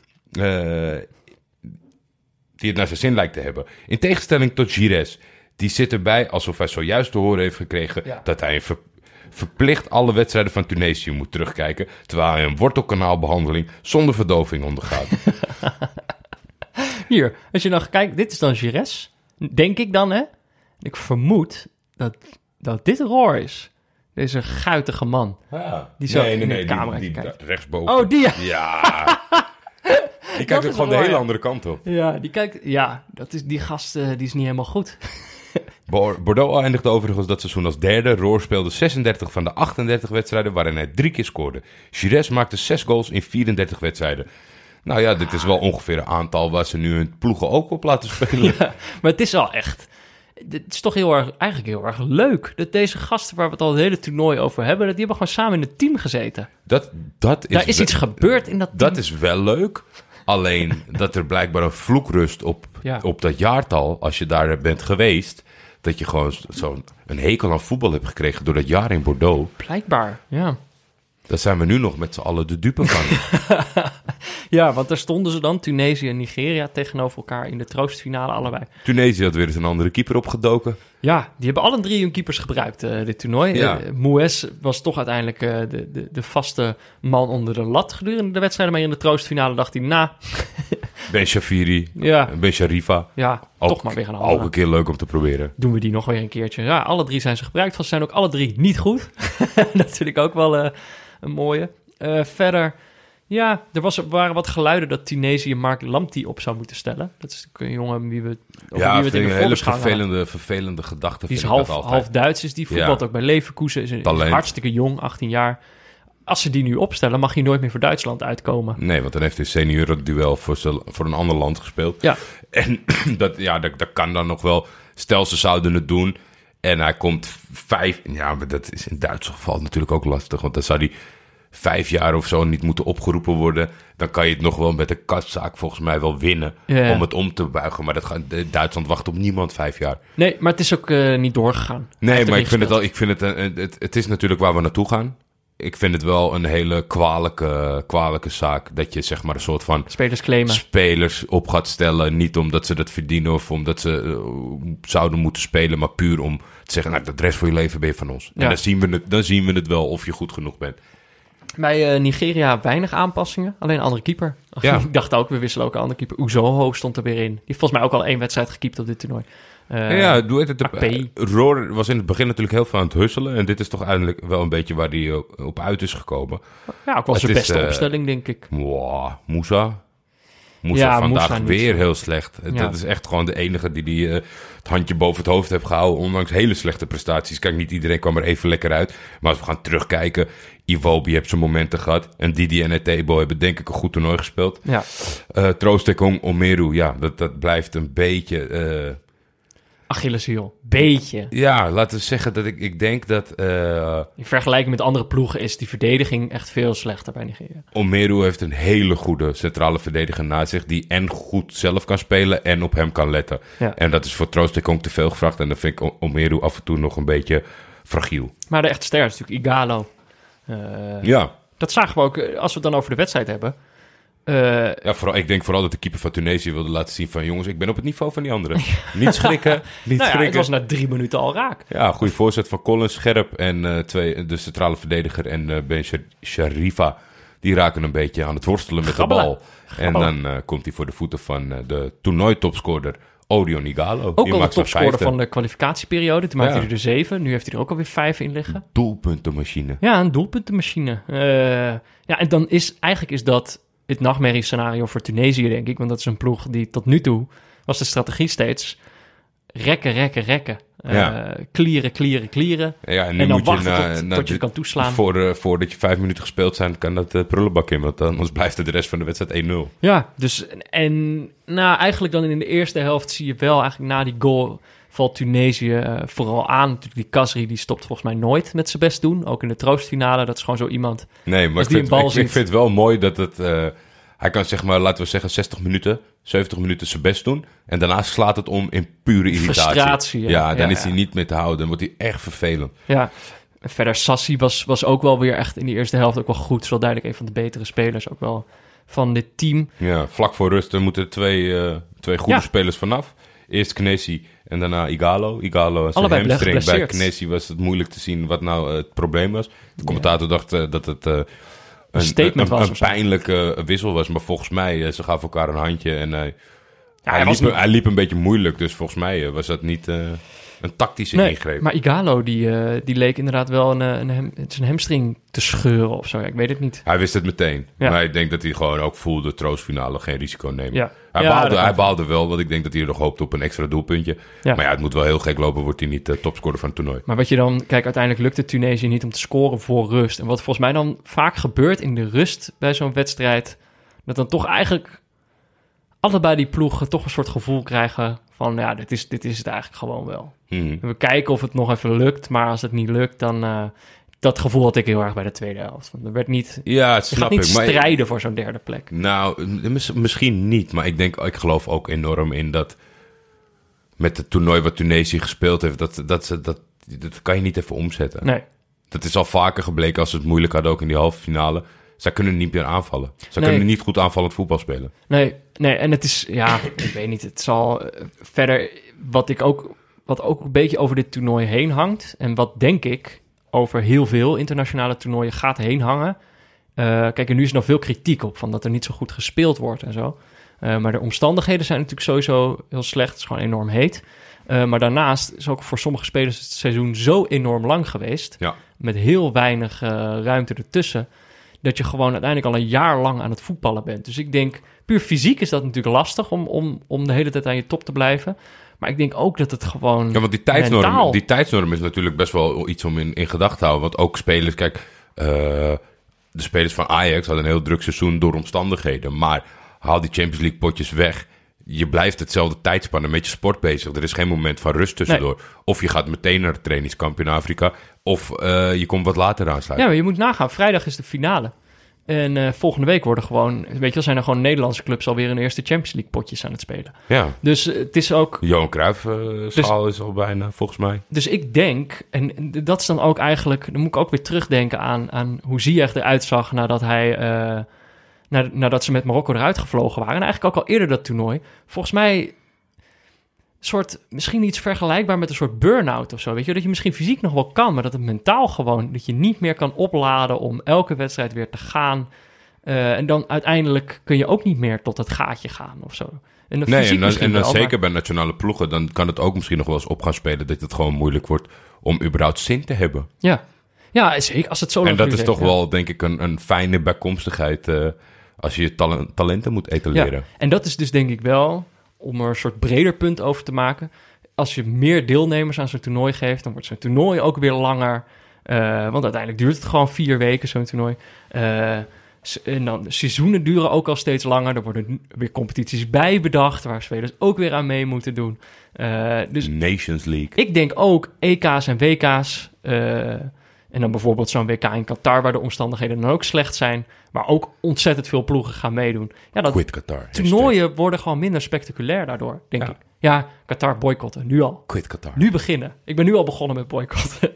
Uh, die het naar zijn zin lijkt te hebben. In tegenstelling tot Giresse. Die zit erbij alsof hij zojuist te horen heeft gekregen... Ja. dat hij ver, verplicht alle wedstrijden van Tunesië moet terugkijken... terwijl hij een wortelkanaalbehandeling zonder verdoving ondergaat. Hier, als je nog kijkt, dit is dan Giresse... Denk ik dan, hè? Ik vermoed dat, dat dit Rohr is. Deze guitige man. Ja. Die zo nee, nee, in nee, de camera die, die kijkt. rechtsboven. Oh, die ja. Ja. Die kijkt ook gewoon de hele ja. andere kant op. Ja, die kijkt... Ja, dat is, die gast uh, die is niet helemaal goed. Bordeaux eindigde overigens dat seizoen als derde. Rohr speelde zesendertig van de achtendertig wedstrijden... waarin hij drie keer scoorde. Giresse maakte zes goals in vierendertig wedstrijden. Nou ja, dit is wel ongeveer een aantal waar ze nu hun ploegen ook op laten spelen. Ja, maar het is wel echt... Het is toch heel erg, eigenlijk heel erg leuk... dat deze gasten waar we het al het hele toernooi over hebben... dat die hebben gewoon samen in het team gezeten. Dat, dat is Daar is wel, iets gebeurd in dat team. Dat is wel leuk. Alleen dat er blijkbaar een vloek rust op, ja. op dat jaartal... als je daar bent geweest... dat je gewoon zo'n een hekel aan voetbal hebt gekregen door dat jaar in Bordeaux. Blijkbaar, ja. Daar zijn we nu nog met z'n allen de dupe van. Ja, want daar stonden ze dan, Tunesië en Nigeria, tegenover elkaar in de troostfinale allebei. Tunesië had weer eens een andere keeper opgedoken. Ja, die hebben alle drie hun keepers gebruikt, uh, dit toernooi. Ja. Uh, Moues was toch uiteindelijk uh, de, de, de vaste man onder de lat gedurende de wedstrijd. Maar in de troostfinale dacht hij, nou... Ben Shafiri, ja. Ben Sharifa. Ja, ook, toch maar weer een andere. Ook een keer leuk om te proberen. Doen we die nog weer een keertje. Ja, alle drie zijn ze gebruikt. Ze zijn ook alle drie niet goed. Dat vind ik ook wel uh, een mooie. Uh, verder, ja, er was, waren wat geluiden dat Tunesië Mark Lamptey op zou moeten stellen. Dat is een jongen wie we, over ja, wie we het in de een hele vervelende, vervelende, vervelende gedachte. Die is half, half Duits, is die voetbalt ja. ook bij Leverkusen. Is, een, is hartstikke jong, achttien jaar. Als ze die nu opstellen, mag hij nooit meer voor Duitsland uitkomen. Nee, want dan heeft hij seniorenduel voor, voor een ander land gespeeld. Ja. En dat, ja, dat, dat kan dan nog wel. Stel, ze zouden het doen en hij komt vijf... Ja, maar dat is in Duits geval natuurlijk ook lastig. Want dan zou hij vijf jaar of zo niet moeten opgeroepen worden. Dan kan je het nog wel met de kaszaak volgens mij wel winnen. Ja, ja. Om het om te buigen. Maar dat gaat, Duitsland wacht op niemand vijf jaar. Nee, maar het is ook uh, niet doorgegaan. Nee, maar ik vind het wel... Ik vind het, het, het, het is natuurlijk waar we naartoe gaan. Ik vind het wel een hele kwalijke, kwalijke zaak dat je zeg maar een soort van... Spelers claimen. Spelers op gaat stellen. Niet omdat ze dat verdienen of omdat ze uh, zouden moeten spelen, maar puur om te zeggen, nou, de rest van je leven ben je van ons. Ja. En dan zien, we het, dan zien we het wel of je goed genoeg bent. Bij uh, Nigeria weinig aanpassingen, alleen een andere keeper. Ja. Ik dacht ook, we wisselen ook een andere keeper. Uzoho stond er weer in. Die heeft volgens mij ook al één wedstrijd gekiept op dit toernooi. Uh, ja, doe het. het Roor was in het begin natuurlijk heel veel aan het husselen. En dit is toch eindelijk wel een beetje waar hij op uit is gekomen. Ja, ook wel zijn beste uh, opstelling, denk ik. Wow, Moussa. Moussa ja, vandaag Moussa weer niet. Heel slecht. Ja. Dat is echt gewoon de enige die, die uh, het handje boven het hoofd heeft gehouden. Ondanks hele slechte prestaties. Kijk, niet iedereen kwam er even lekker uit. Maar als we gaan terugkijken... Iwobi heeft zijn momenten gehad. En Didi en Etebo hebben denk ik een goed toernooi gespeeld. Ja. Uh, Troostekong, Omeru, ja, dat, dat blijft een beetje... Uh, Achilleshiel. Beetje. Ja, laten we zeggen dat ik, ik denk dat... Uh, in vergelijking met andere ploegen is die verdediging echt veel slechter bij Nigeria. Omeru heeft een hele goede centrale verdediger naast zich... die en goed zelf kan spelen en op hem kan letten. Ja. En dat is voor Troostekong te veel gevraagd. En dan vind ik Omeru af en toe nog een beetje fragiel. Maar de echte ster is natuurlijk Igalo. Uh, ja. Dat zagen we ook, als we het dan over de wedstrijd hebben... Uh, ja, vooral, ik denk vooral dat de keeper van Tunesië wilde laten zien van... jongens, ik ben op het niveau van die anderen. Niet schrikken, niet nou ja, schrikken. Het was na drie minuten al raak. Ja, goede voorzet van Collins, scherp. En uh, twee, de centrale verdediger en uh, Ben Sharifa... die raken een beetje aan het worstelen met Grabbelen. de bal. Grabbelen. En dan uh, komt hij voor de voeten van uh, de toernooitopscorer Odion Igalo. Ook al de topscorer van de kwalificatieperiode. Toen maakte ja. hij er zeven. Nu heeft hij er ook alweer vijf in liggen. Doelpuntenmachine. Ja, een doelpuntenmachine. Uh, ja, en dan is eigenlijk is dat... het nachtmerriescenario voor Tunesië, denk ik. Want dat is een ploeg die tot nu toe... was de strategie steeds... rekken, rekken, rekken. Ja. Uh, klieren, klieren, klieren. Ja, en, nu en dan moet wachten je, na, tot, na, tot je het kan toeslaan. Voor, uh, voordat je vijf minuten gespeeld zijn... kan dat uh, prullenbak in. Want anders blijft het de rest van de wedstrijd één nul. Ja, dus... en nou, eigenlijk dan in de eerste helft... zie je wel eigenlijk na die goal... valt Tunesië uh, vooral aan. Natuurlijk die Kasri, die stopt volgens mij nooit met zijn best doen. Ook in de troostfinale, dat is gewoon zo iemand... Nee, maar ik vind, ik, ik vind het wel mooi dat het... Uh, hij kan zeg maar, laten we zeggen, zestig minuten, zeventig minuten zijn best doen. En daarna slaat het om in pure irritatie. Frustratie, ja. Ja, dan ja, is hij ja. niet meer te houden. Dan wordt hij echt vervelend. Ja, en verder Sassi was, was ook wel weer echt in die eerste helft ook wel goed. Is wel duidelijk een van de betere spelers ook wel van dit team. Ja, vlak voor rust er moeten twee, uh, twee goede ja. spelers vanaf. Eerst Knesi en daarna Igalo. Igalo zijn hamstring. Bij Knesi was het moeilijk te zien wat nou uh, het probleem was. De commentator ja. dacht uh, dat het... Uh, Een, statement een, was een pijnlijke wissel was, maar volgens mij, uh, ze gaven elkaar een handje en uh, ja, hij, hij, liep, niet... hij liep een beetje moeilijk. Dus volgens mij uh, was dat niet uh, een tactische nee, ingreep. Maar Igalo, die, uh, die leek inderdaad wel een, een, hem, zijn hamstring te scheuren of zo. Ja, ik weet het niet. Hij wist het meteen. Ja. Maar ik denk dat hij gewoon ook voelde, troostfinale, geen risico nemen. Ja. Hij, ja, baalde, hij baalde wel, want ik denk dat hij er nog hoopte op een extra doelpuntje. Ja. Maar ja, het moet wel heel gek lopen, wordt hij niet uh, topscorer van het toernooi. Maar wat je dan, kijk, uiteindelijk lukt het Tunesië niet om te scoren voor rust. En wat volgens mij dan vaak gebeurt in de rust bij zo'n wedstrijd, dat dan toch eigenlijk allebei die ploegen toch een soort gevoel krijgen van, ja, dit is, dit is het eigenlijk gewoon wel. Hmm. We kijken of het nog even lukt, maar als het niet lukt, dan... Uh, dat gevoel had ik heel erg bij de tweede helft. Er werd niet, ja, het snap niet ik, strijden maar, voor zo'n derde plek. Nou, mis, misschien niet, maar ik denk, ik geloof ook enorm in dat met het toernooi wat Tunesië gespeeld heeft, dat, dat, dat, dat, dat kan je niet even omzetten. Nee. Dat is al vaker gebleken als ze het moeilijk hadden, ook in die halve finale. Zij kunnen niet meer aanvallen. Zij nee. kunnen niet goed aanvallend voetbal spelen. Nee, nee, en het is, ja, ik weet niet, het zal uh, verder, wat ik ook, wat ook een beetje over dit toernooi heen hangt, en wat denk ik over heel veel internationale toernooien gaat heen hangen. Uh, kijk, en nu is er nog veel kritiek op, van dat er niet zo goed gespeeld wordt en zo. Uh, maar de omstandigheden zijn natuurlijk sowieso heel slecht. Het is gewoon enorm heet. Uh, maar daarnaast is ook voor sommige spelers het seizoen zo enorm lang geweest. Ja. Met heel weinig uh, ruimte ertussen. Dat je gewoon uiteindelijk al een jaar lang aan het voetballen bent. Dus ik denk, puur fysiek is dat natuurlijk lastig om, om, om de hele tijd aan je top te blijven. Maar ik denk ook dat het gewoon Ja, want die tijdsnorm, mentaal... die tijdsnorm is natuurlijk best wel iets om in, in gedachten te houden. Want ook spelers, kijk, uh, de spelers van Ajax hadden een heel druk seizoen door omstandigheden. Maar haal die Champions League potjes weg. Je blijft hetzelfde tijdspannen met je sport bezig. Er is geen moment van rust tussendoor. Nee. Of je gaat meteen naar het trainingskamp in Afrika. Of uh, je komt wat later aansluiten. Ja, maar je moet nagaan. Vrijdag is de finale. En uh, volgende week worden gewoon... Weet je wel, zijn er gewoon Nederlandse clubs alweer een eerste Champions League potjes aan het spelen. Ja. Dus uh, het is ook... Johan Cruijff-schaal uh, dus, is al bijna, volgens mij. Dus ik denk... En dat is dan ook eigenlijk... Dan moet ik ook weer terugdenken aan, aan hoe Ziyech eruit zag nadat hij... Uh, nadat ze met Marokko eruit gevlogen waren. En eigenlijk ook al eerder dat toernooi. Volgens mij... soort, misschien iets vergelijkbaar met een soort burn-out of zo. Weet je, dat je misschien fysiek nog wel kan, maar dat het mentaal gewoon, dat je niet meer kan opladen om elke wedstrijd weer te gaan. Uh, en dan uiteindelijk kun je ook niet meer tot het gaatje gaan of zo. En nee, en dan, en dan wel, zeker maar... bij nationale ploegen, dan kan het ook misschien nog wel eens op gaan spelen dat het gewoon moeilijk wordt om überhaupt zin te hebben. Ja, ja zeker als het zo lang En dat is heeft, toch ja. wel, denk ik, een, een fijne bijkomstigheid uh, als je je talen, talenten moet etaleren. Ja. En dat is dus denk ik wel... om er een soort breder punt over te maken. Als je meer deelnemers aan zo'n toernooi geeft... dan wordt zo'n toernooi ook weer langer. Uh, want uiteindelijk duurt het gewoon vier weken, zo'n toernooi. Uh, en dan de seizoenen duren ook al steeds langer. Er worden weer competities bij bedacht... waar spelers ook weer aan mee moeten doen. Uh, dus Nations League. Ik denk ook E K's en W K's... Uh, en dan bijvoorbeeld zo'n W K in Qatar... waar de omstandigheden dan ook slecht zijn... maar ook ontzettend veel ploegen gaan meedoen. Ja, dat Quit Qatar. Toernooien hashtag. Worden gewoon minder spectaculair daardoor, denk ja. ik. Ja, Qatar boycotten, nu al. Quit Qatar. Nu beginnen. Ik ben nu al begonnen met boycotten.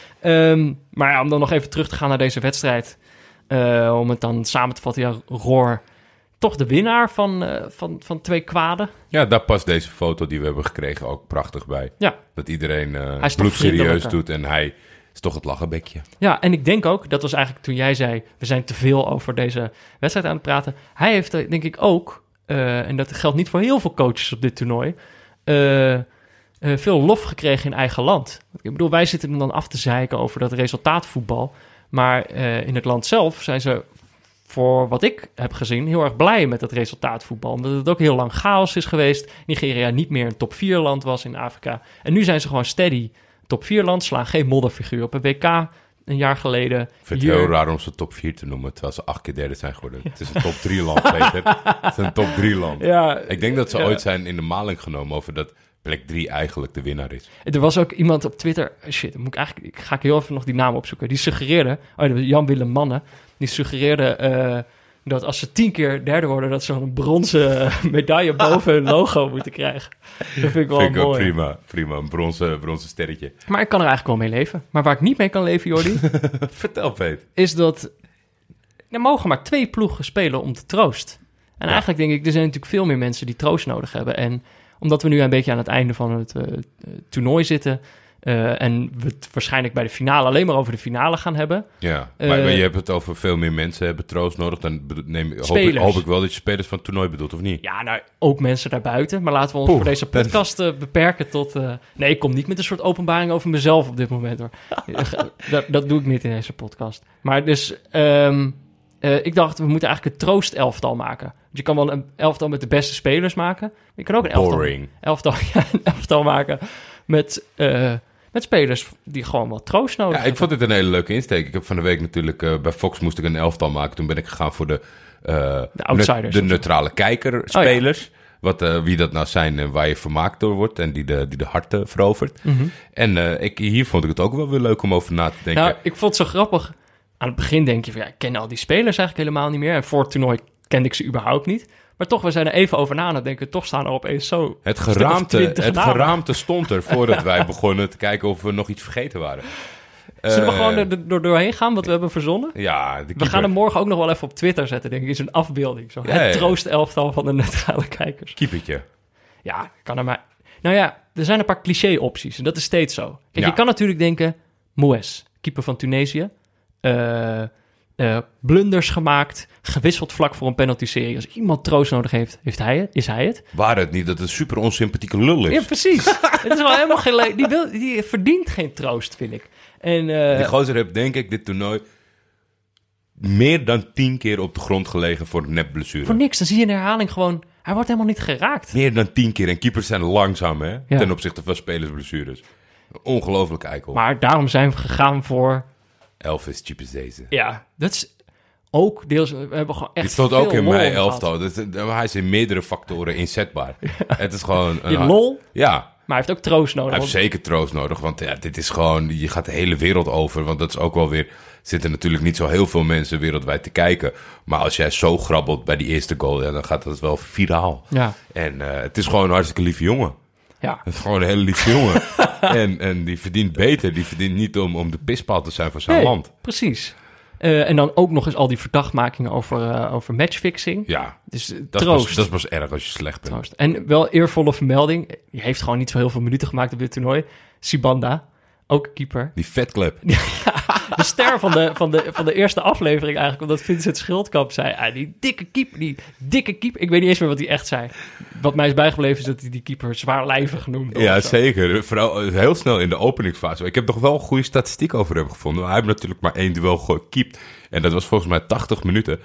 um, maar ja, om dan nog even terug te gaan naar deze wedstrijd... Uh, om het dan samen te vatten... Ja, Roar, toch de winnaar van, uh, van, van twee kwaden. Ja, daar past deze foto die we hebben gekregen ook prachtig bij. Ja. Dat iedereen uh, bloedserieus doet en hij... is toch het lachenbekje. Ja, en ik denk ook, dat was eigenlijk toen jij zei... we zijn te veel over deze wedstrijd aan het praten. Hij heeft er, denk ik ook... Uh, en dat geldt niet voor heel veel coaches op dit toernooi... Uh, uh, veel lof gekregen in eigen land. Ik bedoel, wij zitten hem dan af te zeiken over dat resultaatvoetbal... maar uh, in het land zelf zijn ze... voor wat ik heb gezien, heel erg blij met dat resultaatvoetbal. Omdat het ook heel lang chaos is geweest. Nigeria niet meer een top vier land was in Afrika. En nu zijn ze gewoon steady... top vier land, slaan geen modderfiguur op een W K een jaar geleden. Ik vind Hier... het heel raar om ze top vier te noemen, terwijl ze acht keer derde zijn geworden. Ja. Het is een top drie land, Peter. Het is een top drie land. Ja, ik denk dat ze ja. ooit zijn in de maling genomen over dat plek drie eigenlijk de winnaar is. Er was ook iemand op Twitter, shit, moet ik eigenlijk, ik ga ik heel even nog die naam opzoeken. Die suggereerde, oh, dat was Jan-Willem Mannen, die suggereerde uh, dat als ze tien keer derde worden, dat ze een bronzen medaille boven hun logo moeten krijgen. Dat vind ik wel vind ik mooi. Ook prima, prima, een bronzen, bronzen sterretje. Maar ik kan er eigenlijk wel mee leven. Maar waar ik niet mee kan leven, Jordi... Vertel, Peet. Is dat er mogen maar twee ploegen spelen om te troost. En ja. eigenlijk denk ik, er zijn natuurlijk veel meer mensen die troost nodig hebben. En omdat we nu een beetje aan het einde van het uh, toernooi zitten... Uh, en we het waarschijnlijk bij de finale alleen maar over de finale gaan hebben. Ja, maar, uh, maar je hebt het over veel meer mensen hebben troost nodig. Dan neem, hoop, ik, hoop ik wel dat je spelers van het toernooi bedoelt, of niet? Ja, nou, ook mensen daarbuiten. Maar laten we ons Poeh, voor deze podcast uh, beperken tot... Uh, nee, ik kom niet met een soort openbaring over mezelf op dit moment, hoor. dat, dat doe ik niet in deze podcast. Maar dus, um, uh, ik dacht, we moeten eigenlijk een troost-elftal maken. Je kan wel een elftal met de beste spelers maken. Maar je kan ook een elftal, elftal, ja, een elftal maken met... Uh, Met spelers die gewoon wat troost nodig ja, hebben. Ik vond dit een hele leuke insteek. Ik heb van de week natuurlijk... Uh, bij Fox moest ik een elftal maken. Toen ben ik gegaan voor de... Uh, de outsiders. Ne- de neutrale kijker-spelers. Oh, ja. Wat, uh, wie dat nou zijn en waar je vermaakt door wordt. En die de, die de harten verovert. Mm-hmm. En uh, ik, hier vond ik het ook wel weer leuk om over na te denken. Nou, ik vond het zo grappig. Aan het begin denk je van... ja, ik ken al die spelers eigenlijk helemaal niet meer. En voor het toernooi kende ik ze überhaupt niet. Maar toch, we zijn er even over na aan het denken. Toch staan er opeens zo... Het geraamte, het geraamte stond er voordat wij begonnen te kijken of we nog iets vergeten waren. Zullen uh, we gewoon er, er doorheen gaan wat we hebben verzonnen? Ja, de we gaan hem morgen ook nog wel even op Twitter zetten, denk ik. Is een afbeelding. Zo. Ja, het ja. troost-elftal van de neutrale kijkers. Keepertje. Ja, kan er maar... Nou ja, er zijn een paar cliché-opties. En dat is steeds zo. Kijk, ja. je kan natuurlijk denken... Moes, keeper van Tunesië. Uh, uh, blunders gemaakt. Gewisseld vlak voor een penalty-serie. Als iemand troost nodig heeft, heeft hij het, is hij het. Waar het niet dat het een super onsympathieke lul is. Ja, precies. Het is wel helemaal geen... Le- die, wil, die verdient geen troost, vind ik. En, uh, die gozer heeft, denk ik, dit toernooi... meer dan tien keer op de grond gelegen voor een nepblessure. Voor niks. Dan zie je in de herhaling gewoon... Hij wordt helemaal niet geraakt. Meer dan tien keer. En keepers zijn langzaam, hè? Ja. Ten opzichte van spelersblessures. Ongelooflijk eikel. Maar daarom zijn we gegaan voor... Elvis Chipuzeze. Ja, dat is ook deels... We hebben gewoon echt Die stond veel ook in lol mijn elftal. Dat, hij is in meerdere factoren inzetbaar. Ja. Het is gewoon... Een, je lol? Ja. Maar hij heeft ook troost nodig. Hij heeft zeker troost nodig. Want ja, dit is gewoon... Je gaat de hele wereld over. Want dat is ook wel weer... Zitten natuurlijk niet zo heel veel mensen wereldwijd te kijken. Maar als jij zo grabbelt bij die eerste goal... Ja, dan gaat dat wel viraal. Ja. En uh, het is gewoon een hartstikke lieve jongen. Ja. Het is gewoon een hele lieve jongen. en, en die verdient beter. Die verdient niet om, om de pispaal te zijn voor zijn nee, land. Precies. Uh, en dan ook nog eens al die verdachtmakingen over, uh, over matchfixing. Ja, dus, uh, dat, troost. Is pas, dat is pas erg als je slecht bent. Troost. En wel eervolle vermelding. Die heeft gewoon niet zo heel veel minuten gemaakt op dit toernooi. Sibanda, ook keeper. Die vetklep. De ster van de, van, de, van de eerste aflevering eigenlijk. Omdat Vincent Schildkamp zei... Ah, die dikke keeper, die dikke keeper. Ik weet niet eens meer wat hij echt zei. Wat mij is bijgebleven is dat hij die keeper zwaarlijvig noemde. Ja, zeker. Vooral heel snel in de openingsfase. Ik heb nog wel een goede statistiek over hem gevonden. Hij heeft natuurlijk maar één duel gekiept. En dat was volgens mij tachtig minuten.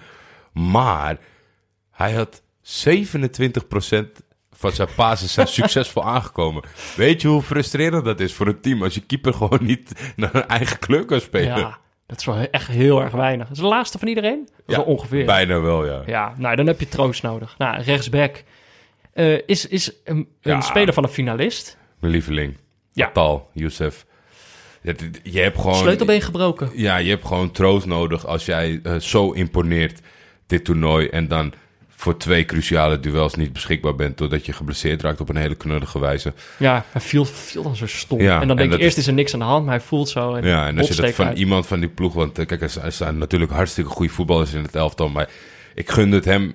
Maar hij had zevenentwintig procent... van zijn passes zijn succesvol aangekomen. Weet je hoe frustrerend dat is voor een team... als je keeper gewoon niet naar een eigen kleur kan spelen? Ja, dat is wel echt heel erg weinig. Dat is de laatste van iedereen? Dat is ja, wel ongeveer. Bijna wel, ja. Ja, nou, dan heb je troost nodig. Nou, rechtsback uh, is, is een, een ja, speler van een finalist. Mijn lieveling. Ja. Fatal, Youssef. Je, je hebt gewoon... Sleutelbeen gebroken. Ja, je hebt gewoon troost nodig als jij uh, zo imponeert dit toernooi... en dan... voor twee cruciale duels niet beschikbaar bent... doordat je geblesseerd raakt op een hele knullige wijze. Ja, hij viel, viel dan zo stom. Ja, en dan denk je, eerst is... is er niks aan de hand... maar hij voelt zo. En ja, en als je dat van uit. iemand van die ploeg... want kijk, er zijn natuurlijk hartstikke goede voetballers in het elftal... maar ik gun het hem...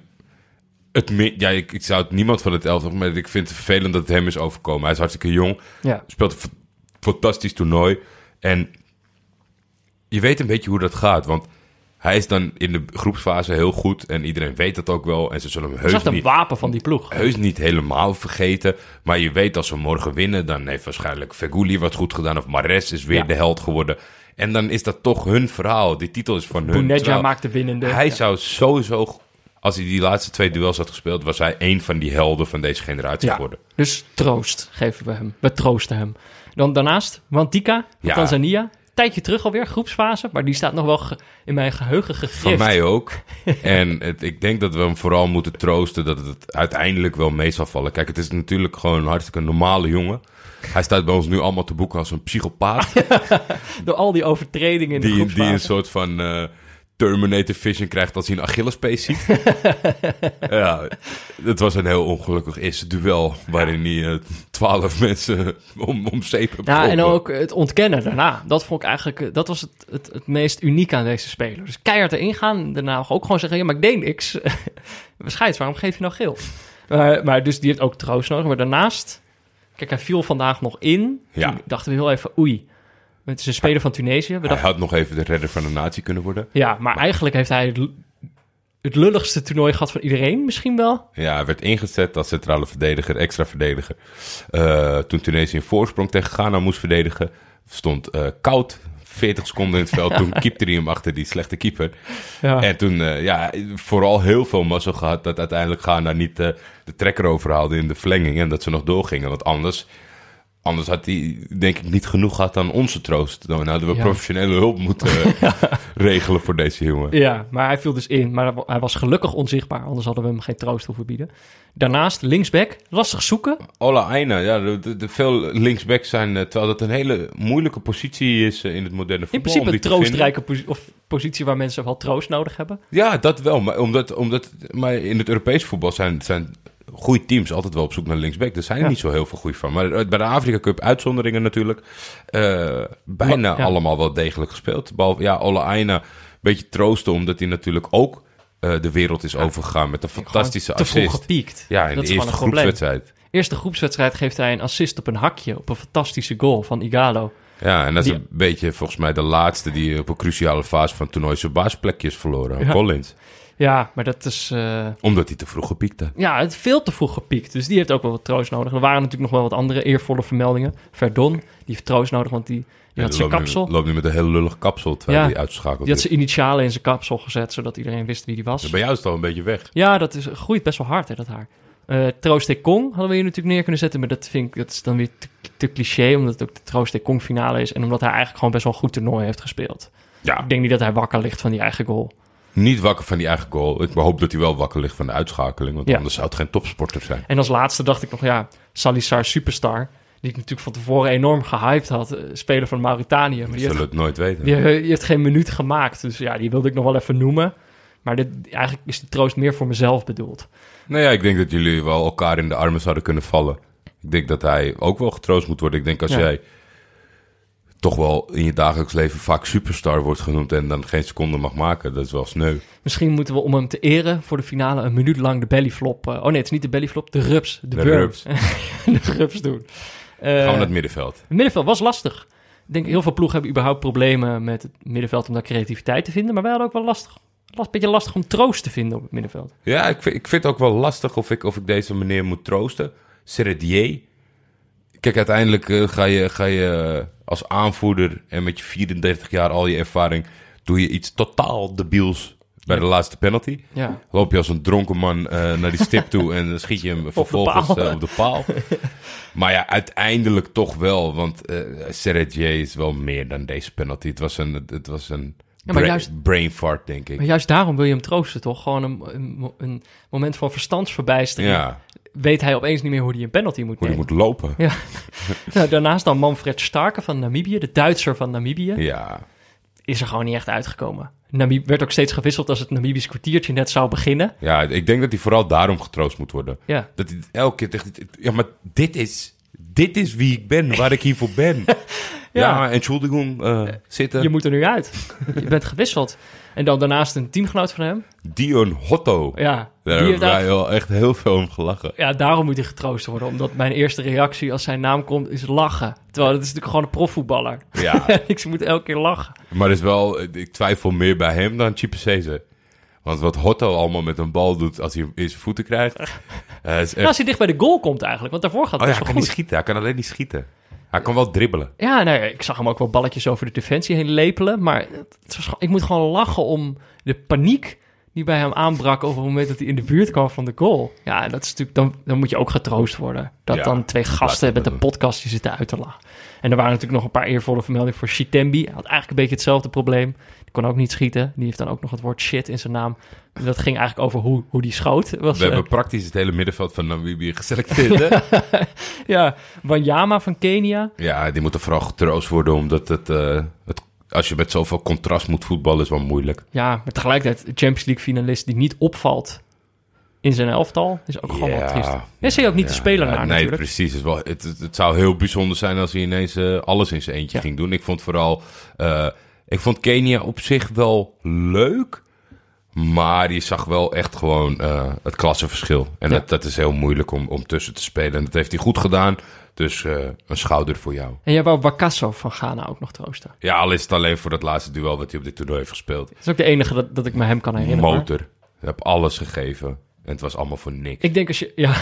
Het me- ja, ik, ik zou het niemand van het elftal... maar ik vind het vervelend dat het hem is overkomen. Hij is hartstikke jong. Ja. Speelt een f- fantastisch toernooi. En je weet een beetje hoe dat gaat, want... Hij is dan in de groepsfase heel goed en iedereen weet dat ook wel. En ze zullen hem heus niet... Dat is niet... een wapen van die ploeg. Heus niet helemaal vergeten. Maar je weet als ze morgen winnen, dan heeft waarschijnlijk Feghouli wat goed gedaan. Of Mahrez is weer ja. de held geworden. En dan is dat toch hun verhaal. Die titel is van hun. Bounedjah maakt de winnende. Hij ja. zou sowieso... Als hij die laatste twee duels had gespeeld... was hij één van die helden van deze generatie ja. geworden. Dus troost geven we hem. We troosten hem. Dan daarnaast Wantika van ja. Tanzania... Tijdje terug alweer, groepsfase. Maar die staat nog wel ge- in mijn geheugen gegrift. Van mij ook. En het, ik denk dat we hem vooral moeten troosten... dat het uiteindelijk wel mee zal vallen. Kijk, het is natuurlijk gewoon een hartstikke normale jongen. Hij staat bij ons nu allemaal te boeken als een psychopaat. Door al die overtredingen in de die, groepsfase. Die een soort van... Uh, Terminator Vision krijgt als hij een Achillespees ziet. Ja, het was een heel ongelukkig eerste duel... waarin hij twaalf uh, mensen om, om zeep heeft Ja, en ook het ontkennen daarna. Dat vond ik eigenlijk... Dat was het, het, het meest uniek aan deze speler. Dus keihard erin gaan. Daarna ook gewoon zeggen... Ja, maar ik deed niks. Scheids, waarom geef je nou geel? Uh, maar dus die heeft ook troost nodig. Maar daarnaast... Kijk, hij viel vandaag nog in. Ja. Toen dachten we heel even... Oei. Het is een speler van Tunesië. We hij dachten, had nog even de redder van de natie kunnen worden. Ja, maar, maar eigenlijk heeft hij het, het lulligste toernooi gehad van iedereen misschien wel. Ja, hij werd ingezet als centrale verdediger, extra verdediger. Uh, toen Tunesië een voorsprong tegen Ghana moest verdedigen, stond uh, koud veertig seconden in het veld. Ja. Toen keepte hij hem achter die slechte keeper. Ja. En toen, uh, ja, vooral heel veel mazzel gehad dat uiteindelijk Ghana niet uh, de trekker overhaalde in de verlenging en dat ze nog doorgingen. Want anders... Anders had hij, denk ik, niet genoeg gehad aan onze troost. Dan hadden we ja. professionele hulp moeten ja. regelen voor deze jongen. Ja, maar hij viel dus in. Maar hij was gelukkig onzichtbaar. Anders hadden we hem geen troost hoeven bieden. Daarnaast, linksback. Lastig zoeken. Ola Aina. Ja, de, de, de veel linksbacks zijn... Terwijl dat een hele moeilijke positie is in het moderne voetbal. In principe een troostrijke posi- of positie waar mensen wel troost nodig hebben. Ja, dat wel. Maar, omdat, omdat, maar in het Europees voetbal zijn... zijn goede teams altijd wel op zoek naar linksback. Er zijn ja. niet zo heel veel goede van. Maar bij de Afrika Cup uitzonderingen natuurlijk. Uh, bijna ja. allemaal wel degelijk gespeeld. Behalve, ja, Ola Aina een beetje troosten, omdat hij natuurlijk ook uh, de wereld is ja. overgegaan met een fantastische te assist. Te vroeg gepiekt. Ja, in dat de eerste groepswedstrijd. Eerste groepswedstrijd geeft hij een assist op een hakje, op een fantastische goal van Igalo. Ja, en dat is die... een beetje volgens mij de laatste die op een cruciale fase van het toernooi zijn baasplekjes verloren. Ja. Collins. Ja, maar dat is... Uh... Omdat hij te vroeg gepiekt had. Ja, het veel te vroeg gepiekt. Dus die heeft ook wel wat troost nodig. Er waren natuurlijk nog wel wat andere eervolle vermeldingen. Verdon, die heeft troost nodig, want die, die ja, had zijn kapsel. Nu, loopt nu met een heel lullig kapsel, terwijl ja, hij uitschakeld Die had zijn initialen in zijn kapsel gezet, zodat iedereen wist wie die was. Ja, bij jou is het al een beetje weg. Ja, dat is, groeit best wel hard, hè, dat haar. Uh, Troost Ekong hadden we hier natuurlijk neer kunnen zetten, maar dat vind ik dat is dan weer te, te cliché, omdat het ook de Troost Ekong finale is en omdat hij eigenlijk gewoon best wel een goed toernooi heeft gespeeld. Ja. Ik denk niet dat hij wakker ligt van die eigen goal. Niet wakker van die eigen goal. Ik hoop dat hij wel wakker ligt van de uitschakeling, want ja. anders zou het geen topsporter zijn. En als laatste dacht ik nog, ja, Salazar Superstar, die ik natuurlijk van tevoren enorm gehyped had, speler van Mauritanië. Maar die zullen heeft, het nooit weten. Die, die heeft geen minuut gemaakt, dus ja, die wilde ik nog wel even noemen. Maar dit, eigenlijk is die troost meer voor mezelf bedoeld. Nou ja, ik denk dat jullie wel elkaar in de armen zouden kunnen vallen. Ik denk dat hij ook wel getroost moet worden. Ik denk als ja. jij toch wel in je dagelijks leven vaak superstar wordt genoemd en dan geen seconde mag maken, dat is wel sneu. Misschien moeten we om hem te eren voor de finale een minuut lang de bellyflop... Uh, oh nee, het is niet de bellyflop, de rups. De, de rups. de rups doen. Uh, Gaan we naar het middenveld. Het middenveld was lastig. Ik denk heel veel ploegen hebben überhaupt problemen met het middenveld om daar creativiteit te vinden, maar wij hadden ook wel lastig. Een beetje lastig om troost te vinden op het middenveld. Ja, ik vind, ik vind het ook wel lastig of ik, of ik deze meneer moet troosten. Seredier. Kijk, uiteindelijk uh, ga je, ga je uh, als aanvoerder en met je vierendertig jaar al je ervaring, doe je iets totaal debiels bij ja. de laatste penalty. Ja. Loop je als een dronken man uh, naar die stip toe en dan schiet je hem vervolgens op de paal. Uh, op de paal. Maar ja, uiteindelijk toch wel, want uh, Seredier is wel meer dan deze penalty. Het was een... Het was een Ja, maar Bra- juist, brain fart, denk ik. Maar juist daarom wil je hem troosten, toch? Gewoon een, een, een moment van verstandsverbijstering. Ja. Weet hij opeens niet meer hoe hij een penalty moet hoe nemen. Hoe hij moet lopen. Ja. Nou, daarnaast dan Manfred Starke van Namibië, de Duitser van Namibië. Ja. Is er gewoon niet echt uitgekomen. Namib- werd ook steeds gewisseld als het Namibisch kwartiertje net zou beginnen. Ja, ik denk dat hij vooral daarom getroost moet worden. Ja. Dat hij elke keer zegt, ja, maar dit is, dit is wie ik ben, waar ik hiervoor ben. Ja, ja, en Entschuldigung, uh, zitten. Je moet er nu uit. Je bent gewisseld. En dan daarnaast een teamgenoot van hem. Dion Hotto. Ja. Daar hebben wij wel echt heel veel om gelachen. Ja, daarom moet hij getroost worden. Omdat mijn eerste reactie als zijn naam komt is lachen. Terwijl dat is natuurlijk gewoon een profvoetballer. Ja. Ik moet elke keer lachen. Maar is wel, ik twijfel meer bij hem dan Chipe Cese. Want wat Hotto allemaal met een bal doet als hij hem in zijn voeten krijgt. Uh, is echt... nou, als hij dicht bij de goal komt eigenlijk. Want daarvoor gaat het oh, ja, hij kan goed. niet schieten. Hij kan alleen niet schieten. Hij kan wel dribbelen. Ja, nou ja, ik zag hem ook wel balletjes over de defensie heen lepelen. Maar het was, ik moet gewoon lachen om de paniek die bij hem aanbrak over het moment dat hij in de buurt kwam van de goal. Ja, dat is natuurlijk, dan, dan moet je ook getroost worden. Dat ja, dan twee gasten met een podcast die zitten uit te lachen. En er waren natuurlijk nog een paar eervolle vermeldingen voor Chitembi. Hij had eigenlijk een beetje hetzelfde probleem. Die kon ook niet schieten. Die heeft dan ook nog het woord shit in zijn naam. Dat ging eigenlijk over hoe, hoe die schoot. Was, We uh, hebben praktisch het hele middenveld van Namibië geselecteerd, hè? Ja, Wanyama van Kenia. Ja, die moet er vooral getroost worden, omdat het, uh, het... Als je met zoveel contrast moet voetballen, is wel moeilijk. Ja, maar tegelijkertijd Champions League finalist die niet opvalt in zijn elftal, is ook gewoon ja, wel triest. Ja, zie je ook niet ja, te spelen ja, naar nee, natuurlijk. Nee, precies. Het, wel, het, het, het zou heel bijzonder zijn als hij ineens uh, alles in zijn eentje ja. ging doen. Ik vond vooral... Uh, ik vond Kenia op zich wel leuk, maar je zag wel echt gewoon uh, het klassenverschil. En ja. dat, dat is heel moeilijk om, om tussen te spelen. En dat heeft hij goed gedaan. Dus uh, een schouder voor jou. En jij wou Bakasso van Ghana ook nog troosten. Ja, al is het alleen voor dat laatste duel wat hij op dit toernooi heeft gespeeld. Dat is ook de enige dat, dat ik me hem kan herinneren. Motor. Ik heb alles gegeven. En het was allemaal voor niks. Ik denk als je... Ja.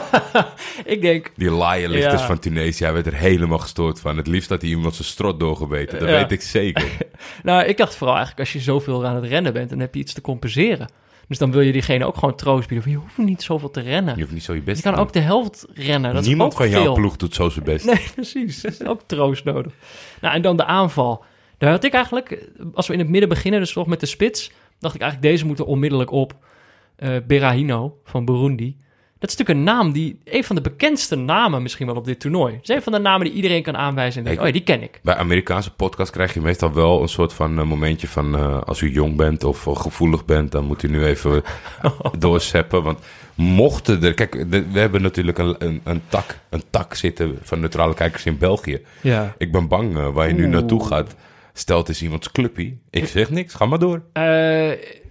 ik denk... Die laaierlichters ja. van Tunesië, hij werd er helemaal gestoord van. Het liefst had hij iemand zijn strot doorgebeten. Dat ja. weet ik zeker. Nou, ik dacht vooral eigenlijk als je zoveel aan het rennen bent, dan heb je iets te compenseren. Dus dan wil je diegene ook gewoon troost bieden. Je hoeft niet zoveel te rennen. Je hoeft niet zo je best Je kan ook de helft rennen. Dat Niemand is ook van jouw veel. ploeg doet zo zijn best. Nee, precies. Er is ook troost nodig. Nou, en dan de aanval. Daar had ik eigenlijk, als we in het midden beginnen, dus toch met de spits, dacht ik eigenlijk, deze moeten onmiddellijk op. Uh, Berahino van Burundi. Dat is natuurlijk een naam die, een van de bekendste namen misschien wel op dit toernooi. Het is een van de namen die iedereen kan aanwijzen en denkt, oh ja, die ken ik. Bij Amerikaanse podcasts krijg je meestal wel een soort van uh, momentje van, uh, als u jong bent of uh, gevoelig bent, dan moet u nu even doorzeppen. Want mochten er, kijk, de, we hebben natuurlijk een, een, een, tak, een tak zitten van neutrale kijkers in België. Ja. Ik ben bang uh, waar je nu naartoe gaat. Stel het is iemands clubpie. Ik zeg niks, ga maar door. Uh,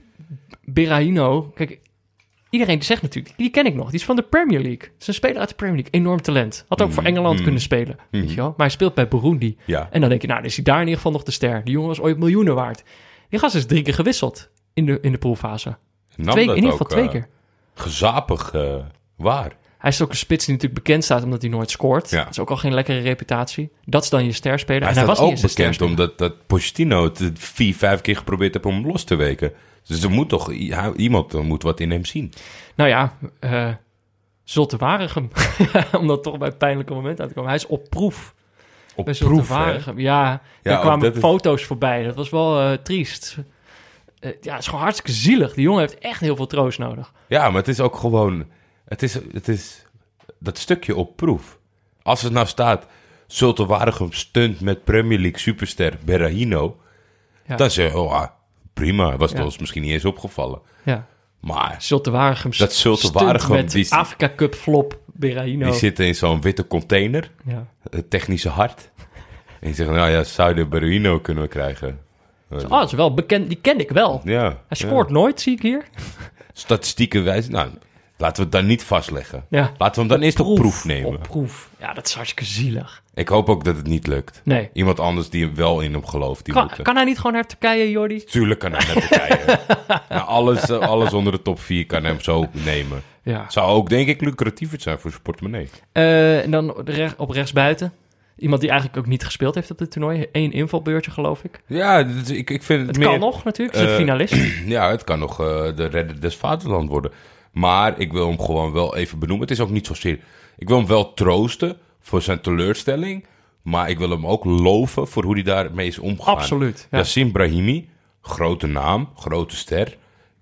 Berahino, kijk, iedereen die zegt natuurlijk, die ken ik nog. Die is van de Premier League. Het is een speler uit de Premier League. Enorm talent. Had ook mm, voor Engeland mm, kunnen spelen. Mm. Weet je wel? Maar hij speelt bij Burundi. Ja. En dan denk je, nou, dan is hij daar in ieder geval nog de ster. Die jongen was ooit miljoenen waard. Die gast is drie keer gewisseld in de, in de poolfase. Twee, in ieder geval twee uh, keer. Gezapig uh, waar. Hij is ook een spits die natuurlijk bekend staat omdat hij nooit scoort. Ja. Dat is ook al geen lekkere reputatie. Dat is dan je sterspeler. Hij en hij was ook niet bekend omdat dat Pochettino het vier, vijf keer geprobeerd heeft om hem los te weken. Dus er moet toch iemand er moet wat in hem zien. Nou ja, uh, Zulte Waregem. Om dat toch bij het pijnlijke moment uit te komen. Hij is op proef. Op bij proef, Waregem. Ja, ja, er kwamen foto's is... voorbij. Dat was wel uh, triest. Uh, ja, het is gewoon hartstikke zielig. Die jongen heeft echt heel veel troost nodig. Ja, maar het is ook gewoon... Het is, het is dat stukje op proef. Als het nou staat... Zulte Waregem stunt met Premier League superster Berahino... Ja. Dan zeg je... Oh, prima, was het ja. ons misschien niet eens opgevallen. Ja. Maar Zulte Waregem dat Zulte Waregem met die Afrika Cup flop Berahino. Die zitten in zo'n witte container, ja. Het technische hart. En die zeggen, nou ja, zou de Berahino kunnen we krijgen? Oh, dat is wel bekend, die ken ik wel. Ja, hij scoort ja. nooit, zie ik hier. Statistieken wijzen, nou, laten we het dan niet vastleggen. Ja. Laten we hem dan op eerst proef, op proef nemen. Op proef. Ja, dat is hartstikke zielig. Ik hoop ook dat het niet lukt. Nee. Iemand anders die wel in hem gelooft. Die kan, moet, kan hij niet gewoon naar Turkije, Jordi? Tuurlijk kan hij naar Turkije. Nou, alles, alles onder de top vier kan hem zo nemen. Ja. Zou ook, denk ik, lucratiever zijn voor zijn portemonnee. Uh, en dan recht, op rechtsbuiten. Iemand die eigenlijk ook niet gespeeld heeft op dit toernooi. Eén invalbeurtje, geloof ik. Ja, dus ik, ik vind het, het meer... kan nog natuurlijk, het is uh, een finalist. Ja, het kan nog uh, de redder des vaderland worden. Maar ik wil hem gewoon wel even benoemen. Het is ook niet zozeer... Ik wil hem wel troosten voor zijn teleurstelling. Maar ik wil hem ook loven voor hoe hij daarmee is omgegaan. Absoluut. Ja. Yacine Brahimi, grote naam, grote ster.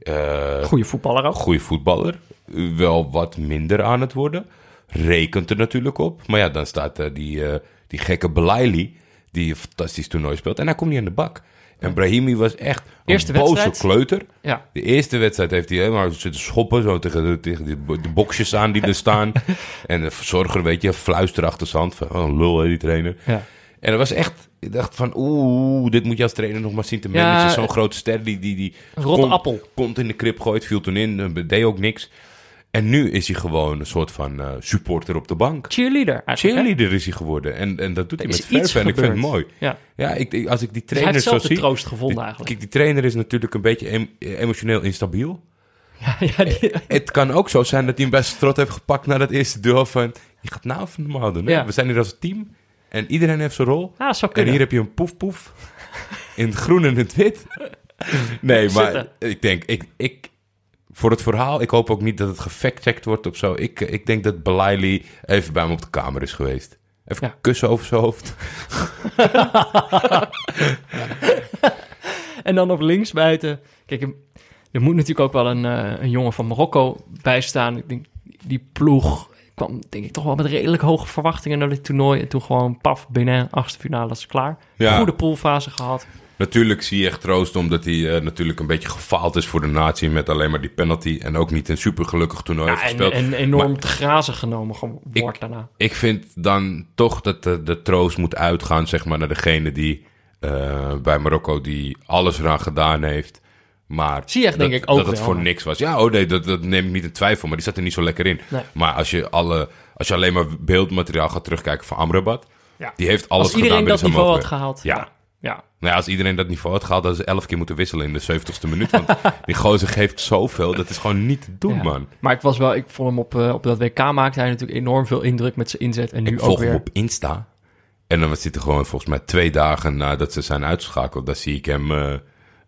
Uh, goeie voetballer ook. Goeie voetballer. Uh, wel wat minder aan het worden. Rekent er natuurlijk op. Maar ja, dan staat uh, die, uh, die gekke Belaili, die een fantastisch toernooi speelt. En hij komt niet aan de bak. En Brahimi was echt een eerste boze wedstrijd. kleuter. Ja. De eerste wedstrijd heeft hij helemaal zitten schoppen. Zo tegen de, tegen de, de boxjes aan die er staan. En de verzorger, weet je, fluisteren achter zijn hand. Van, oh, lul, hè, die trainer. Ja. En dat was echt... Ik dacht van, oeh, dit moet je als trainer nog maar zien te managen. Ja, Zo'n grote ster die... die, die rotte kon, appel. Komt in de krip gooit, viel toen in, deed ook niks. En nu is hij gewoon een soort van uh, supporter op de bank. Cheerleader. Cheerleader is hij geworden. En, en dat doet hij met verve en ik vind het mooi. Ja, ja ik, ik, als ik die trainer dus hij heeft zo zie... de troost gevonden die, eigenlijk. Kijk, die trainer is natuurlijk een beetje em, emotioneel instabiel. Ja, ja, die... Het kan ook zo zijn dat hij hem bij zijn strot heeft gepakt na dat eerste duel van... Je gaat nou even normaal doen. Ja. We zijn hier als team en iedereen heeft zijn rol. Ja, zo en hier heb je een poef poef in het groen en het wit. Nee, maar Zitten. ik denk... Ik, ik, Voor het verhaal, ik hoop ook niet dat het gefactcheckt wordt of zo. Ik, ik denk dat Belaili even bij hem op de kamer is geweest. Even ja. kussen over zijn hoofd. En dan op links buiten. Kijk, er moet natuurlijk ook wel een, uh, een jongen van Marokko bij staan. Ik denk, die ploeg kwam denk ik toch wel met redelijk hoge verwachtingen naar dit toernooi. En toen gewoon paf, binnen achtste finale, dat is klaar. Ja. Goede poolfase gehad. Natuurlijk zie je echt troost, omdat hij uh, natuurlijk een beetje gefaald is voor de natie met alleen maar die penalty. En ook niet een supergelukkig toernooi ja, heeft gespeeld. En, en enorm maar te grazen genomen wordt ik, daarna. Ik vind dan toch dat de, de troost moet uitgaan, zeg maar, naar degene die uh, bij Marokko die alles eraan gedaan heeft. Maar zie je echt, dat, denk ik ook dat het wel, voor man. niks was. Ja, oh nee, dat, dat neem ik niet in twijfel, maar die zat er niet zo lekker in. Nee. Maar als je, alle, als je alleen maar beeldmateriaal gaat terugkijken van Amrabat, ja. die heeft alles gedaan. Als iedereen gedaan dat niveau had gehaald. Ja. ja. Ja. Nou ja, als iedereen dat niveau had gehaald, dan ze elf keer moeten wisselen in de zeventigste minuut. Want die gozer geeft zoveel, dat is gewoon niet te doen, ja. man. Maar ik was wel, ik vond hem op, uh, op dat W K maakte hij natuurlijk enorm veel indruk met zijn inzet. En nu ik ook volg weer... hem op Insta. En dan zit er gewoon volgens mij twee dagen nadat ze zijn uitgeschakeld, dan zie ik hem uh,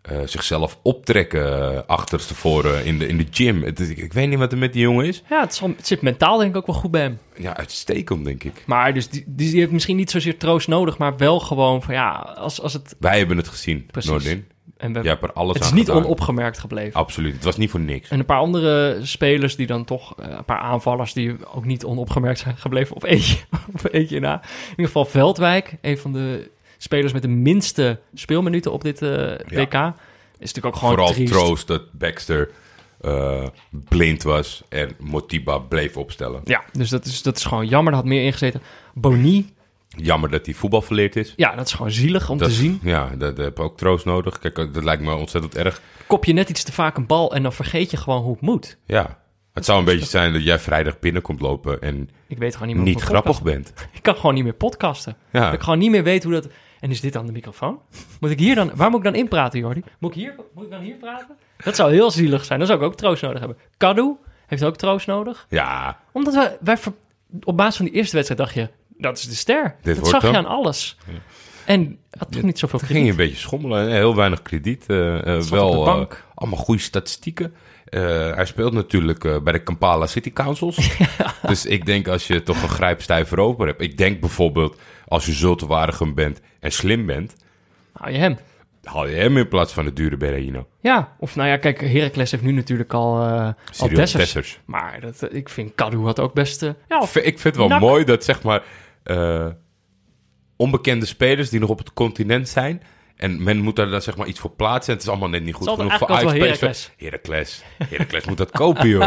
uh, zichzelf optrekken uh, achterstevoren in de, in de gym. Het is, ik, ik weet niet wat er met die jongen is. Ja, het, is al, het zit mentaal denk ik ook wel goed bij hem. Ja, uitstekend denk ik. Maar dus die, die heeft misschien niet zozeer troost nodig, maar wel gewoon van ja, als, als het... Wij hebben het gezien, Noordin. En we, Jij hebt er alles het is aan niet gedaan. Onopgemerkt gebleven. Absoluut, het was niet voor niks. En een paar andere spelers die dan toch... Uh, een paar aanvallers die ook niet onopgemerkt zijn gebleven. Op eentje, op eentje na. In ieder geval Veldwijk, een van de spelers met de minste speelminuten op dit uh, W K. Ja. Is natuurlijk ook gewoon Vooral triest. troost dat Baxter uh, blind was en Motiba bleef opstellen. Ja, dus dat is, dat is gewoon jammer. Er had meer ingezeten. Boni... Jammer dat hij voetbal verleerd is. Ja, dat is gewoon zielig om dat, te zien. Ja, dat, dat heb ik ook troost nodig. Kijk, dat lijkt me ontzettend erg. Kop je net iets te vaak een bal en dan vergeet je gewoon hoe het moet. Ja, het zou een beetje zijn dat jij vrijdag binnenkomt lopen en ik weet gewoon niet, meer niet grappig bent. Ik kan gewoon niet meer podcasten. Ja. Dat ik gewoon niet meer weet hoe dat... En is dit dan de microfoon? Moet ik hier dan... Waar moet ik dan in praten, Jordi? Moet ik, hier, moet ik dan hier praten? Dat zou heel zielig zijn. Dan zou ik ook troost nodig hebben. Kadu heeft ook troost nodig. Ja. Omdat wij, wij op basis van die eerste wedstrijd dacht je... Dat is de ster. Dit dat zag dan? je aan alles. Ja. En had toch niet zoveel krediet. Ging je een beetje schommelen. Heel weinig krediet. Uh, uh, wel uh, allemaal goede statistieken. Uh, hij speelt natuurlijk uh, bij de Kampala City Councils. Ja. Dus ik denk als je toch een grijpstijver over hebt. Ik denk bijvoorbeeld als je Zultewaardigem bent en slim bent. Hou je hem. Haal je hem in plaats van de dure Berahino. Ja, of nou ja, kijk, Heracles heeft nu natuurlijk al, uh, al Dessers. Dessers. Maar dat, ik vind Kadu had ook best... Uh, ja, of, ik vind het wel nak. mooi dat zeg maar... Uh, onbekende spelers die nog op het continent zijn. En men moet daar dan zeg maar iets voor plaatsen. En het is allemaal net niet goed genoeg voor Ajax. Heracles. Heracles. Heracles moet dat kopen, joh.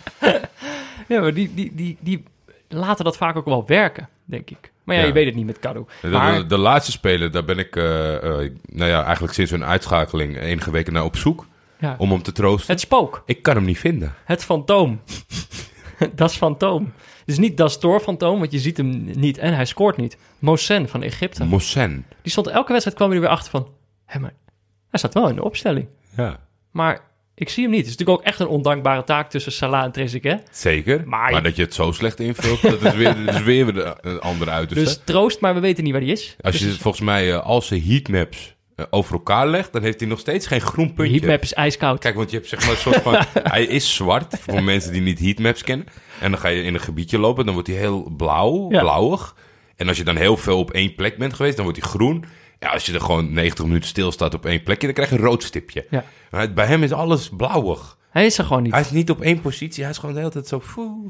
Ja, maar die, die, die, die laten dat vaak ook wel werken, denk ik. Maar ja, ja. je weet het niet met Kadu. Maar... De, de, de laatste speler, daar ben ik uh, uh, nou ja, eigenlijk sinds hun uitschakeling enige weken naar op zoek. Ja. Om hem te troosten. Het spook. Ik kan hem niet vinden. Het fantoom. Dat is fantoom. Het is niet Dastor fantoom, want je ziet hem niet en hij scoort niet. Mossen van Egypte. Mossen. Die stond elke wedstrijd, kwam je er weer achter van... Hé, maar hij staat wel in de opstelling. Ja. Maar ik zie hem niet. Het is natuurlijk ook echt een ondankbare taak tussen Salah en Trezeguet. Zeker, maar, maar dat je het zo slecht invult, dat is weer, dat is weer de, een andere uiterste. Dus troost, maar we weten niet waar die is. Als je dus... volgens mij uh, al zijn heatmaps uh, over elkaar legt, dan heeft hij nog steeds geen groen puntje. De heatmap is ijskoud. Kijk, want je hebt zeg maar een soort van... hij is zwart, voor mensen die niet heatmaps kennen. En dan ga je in een gebiedje lopen, dan wordt hij heel blauw, ja. blauwig. En als je dan heel veel op één plek bent geweest, dan wordt hij groen. Ja, als je er gewoon negentig minuten stilstaat op één plekje, dan krijg je een rood stipje. Ja. Maar bij hem is alles blauwig. Hij is er gewoon niet. Hij is niet op één positie, hij is gewoon de hele tijd zo...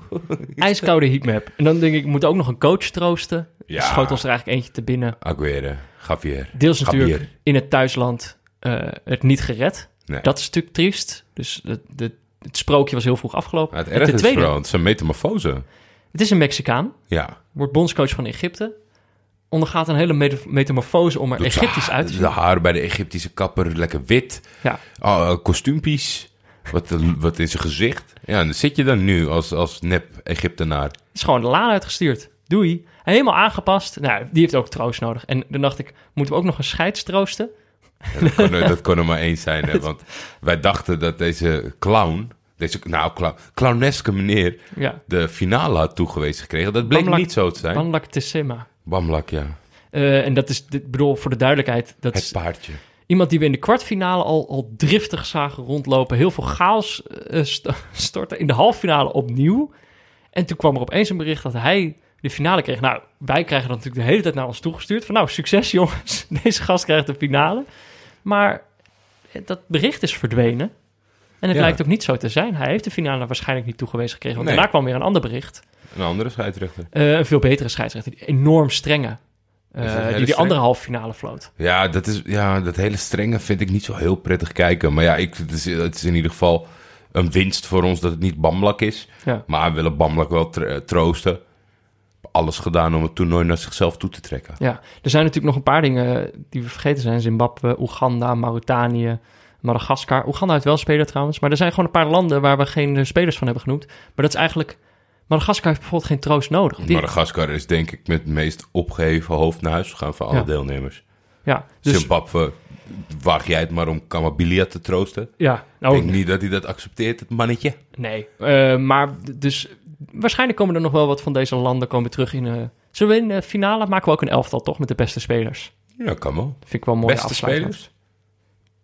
IJskoude heatmap. En dan denk ik, ik moet ook nog een coach troosten. Ja. Schoot ons er eigenlijk eentje te binnen. Aguero, Javier. Deels natuurlijk Javier. In het thuisland uh, het niet gered. Nee. Dat is natuurlijk triest. Dus de, de, het sprookje was heel vroeg afgelopen. Ja, het erg is vooral, het is een metamorfose. Het is een Mexicaan. Ja. Wordt bondscoach van Egypte. Ondergaat een hele met- metamorfose om er Doet Egyptisch de, uit te zien. De haren bij de Egyptische kapper, lekker wit. Ja. Oh, kostuumpies. Wat, wat in zijn gezicht. Ja, en dan zit je dan nu als, als nep-Egyptenaar. Het is gewoon de laan uitgestuurd. Doei. Helemaal aangepast. Nou, die heeft ook troost nodig. En dan dacht ik, moeten we ook nog een scheids troosten? Ja, dat, kon er, dat kon er maar één zijn. Hè? Want wij dachten dat deze clown... Deze nou, clown, clowneske meneer... Ja. de finale had toegewezen gekregen. Dat bleek Bamlak, niet zo te zijn. Bamlak Tessema. Bamlak, ja. Uh, en dat is, ik bedoel, voor de duidelijkheid... Dat het is paardje. Iemand die we in de kwartfinale al, al driftig zagen rondlopen. Heel veel chaos uh, st- storten. In de halffinale opnieuw. En toen kwam er opeens een bericht dat hij de finale kreeg. Nou, wij krijgen dat natuurlijk de hele tijd naar ons toegestuurd. Van nou, succes jongens. Deze gast krijgt de finale. Maar dat bericht is verdwenen. En het ja. lijkt ook niet zo te zijn. Hij heeft de finale waarschijnlijk niet toegewezen gekregen. Want nee. daarna kwam weer een ander bericht. Een andere scheidsrechter. Uh, een veel betere scheidsrechter. Die enorm strenge. Uh, die die andere halve finale floot. Ja, dat is, ja, dat hele strenge vind ik niet zo heel prettig kijken. Maar ja, ik, het, is, het is in ieder geval een winst voor ons dat het niet Bamlak is. Ja. Maar we willen Bamlak wel tr- troosten. Alles gedaan om het toernooi naar zichzelf toe te trekken. Ja, er zijn natuurlijk nog een paar dingen die we vergeten zijn. Zimbabwe, Oeganda, Mauritanië, Madagaskar. Oeganda heeft wel een speler trouwens. Maar er zijn gewoon een paar landen waar we geen spelers van hebben genoemd. Maar dat is eigenlijk... Madagaskar heeft bijvoorbeeld geen troost nodig. Die... Madagaskar is denk ik met het meest opgeheven hoofd naar huis gegaan van alle ja. deelnemers. Ja, dus... Zimbabwe, waag jij het maar om Kamabilia te troosten? Ja, nou, ik denk niet dat hij dat accepteert, het mannetje. Nee, uh, maar dus waarschijnlijk komen er nog wel wat van deze landen komen terug in... Uh... Zullen we in de finale maken we ook een elftal toch met de beste spelers? Ja, kan wel. Dat vind ik wel mooi. Beste spelers?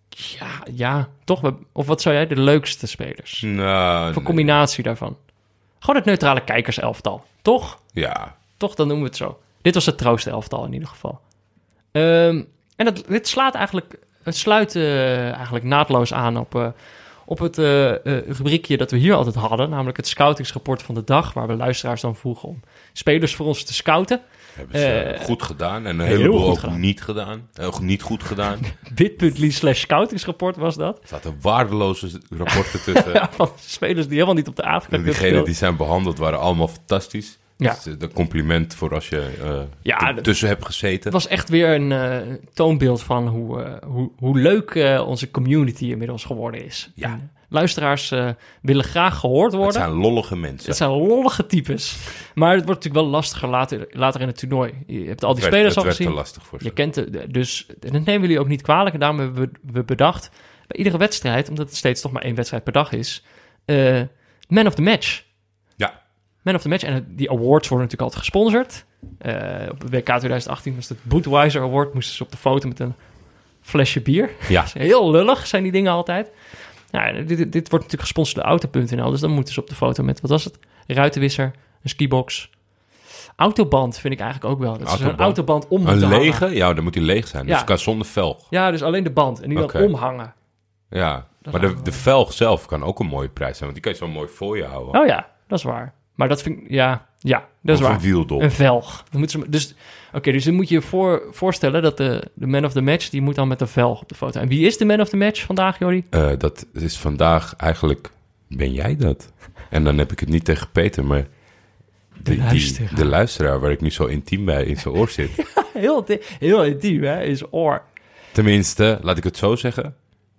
Ja, ja, toch? Of wat zou jij de leukste spelers? Nou, of een combinatie nee. daarvan? Gewoon het neutrale kijkerselftal, toch? Ja. Toch, dan noemen we het zo. Dit was het troost-elftal in ieder geval. Um, en dat, dit slaat eigenlijk... Het sluit uh, eigenlijk naadloos aan op... Uh, op het uh, uh, rubriekje dat we hier altijd hadden, namelijk het scoutingsrapport van de dag, waar we luisteraars dan vroegen om spelers voor ons te scouten. Hebben ze uh, goed gedaan en een heleboel ook gedaan. niet gedaan. Uh, niet goed gedaan. bit.ly slash scoutingsrapport was dat. Er zaten waardeloze rapporten tussen. ja, van spelers die helemaal niet op de Afrika Cup diegenen die zijn behandeld waren allemaal fantastisch. Ja. Dus een compliment voor als je uh, ja, tussen hebt gezeten. Het was echt weer een uh, toonbeeld van hoe, uh, hoe, hoe leuk uh, onze community inmiddels geworden is. Ja. En luisteraars uh, willen graag gehoord worden. Het zijn lollige mensen. Het zijn lollige types. Maar het wordt natuurlijk wel lastiger later, later in het toernooi. Je hebt al die het spelers werd, al het gezien. Werd te lastig voor ze. Je kent het, dus dat nemen jullie ook niet kwalijk. En daarom hebben we, we bedacht, bij iedere wedstrijd, omdat het steeds toch maar één wedstrijd per dag is, uh, man of the match. Ja. Man of the match. En die awards worden natuurlijk altijd gesponsord. Uh, op het W K twintig achttien was het Budweiser Award. Moesten ze op de foto met een flesje bier. Ja. Heel lullig zijn die dingen altijd. Nou, dit, dit wordt natuurlijk gesponsord door Auto punt n l. Dus dan moeten ze op de foto met, wat was het? Ruitenwisser, een skibox. Autoband vind ik eigenlijk ook wel. Dat is een autoband om een te lege? hangen. Ja, dan moet die leeg zijn. Dus ja. Het kan zonder velg. Ja, dus alleen de band. En die okay. dan omhangen. Ja, dat maar de, de velg zelf kan ook een mooie prijs zijn. Want die kan je zo mooi voor je houden. Oh ja, dat is waar. Maar dat vind ik, ja, ja, dat is of waar. Een wieldop. Een velg. Dan moeten ze, dus, Oké, okay, dus dan moet je je voor, voorstellen dat de, de man of the match, die moet dan met een velg op de foto. En wie is de man of the match vandaag, Jordi? Uh, dat is vandaag eigenlijk, ben jij dat? En dan heb ik het niet tegen Peter, maar de, de, luisteraar. Die, de luisteraar waar ik nu zo intiem bij in zijn oor zit. Ja, heel, heel intiem, hè, in zijn oor. Tenminste, laat ik het zo zeggen.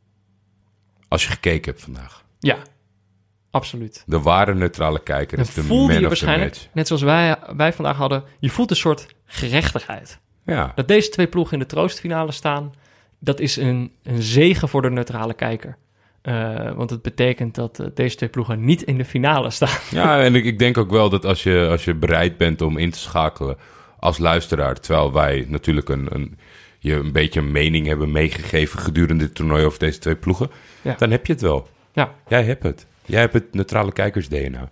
Als je gekeken hebt vandaag. Ja. Absoluut. De ware neutrale kijker is de man je of waarschijnlijk, the match. Net zoals wij, wij vandaag hadden, je voelt een soort gerechtigheid. Ja. Dat deze twee ploegen in de troostfinale staan, dat is een, een zegen voor de neutrale kijker. Uh, want het betekent dat uh, deze twee ploegen niet in de finale staan. Ja, en ik, ik denk ook wel dat als je, als je bereid bent om in te schakelen als luisteraar, terwijl wij natuurlijk een, een, je een beetje een mening hebben meegegeven gedurende dit toernooi over deze twee ploegen, ja. Dan heb je het wel. Ja. Jij hebt het. Jij hebt het neutrale kijkers-D N A.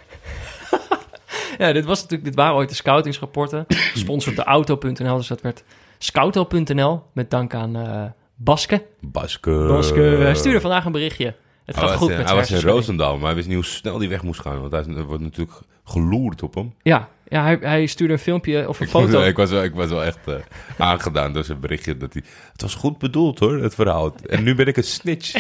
Ja, dit was natuurlijk, dit waren ooit de scoutingsrapporten. Gesponsord door Auto punt n l, dus dat werd Scouto punt n l. Met dank aan uh, Baske. Baske. Baske. Hij stuurde vandaag een berichtje. Het gaat goed in, met Hij was in Roosendaal, maar hij wist niet hoe snel hij weg moest gaan. Want hij wordt natuurlijk geloerd op hem. Ja, ja hij, hij stuurde een filmpje of een foto. ik, was wel, ik was wel echt uh, aangedaan door zijn berichtje. Dat hij, het was goed bedoeld hoor, het verhaal. En nu ben ik een snitch.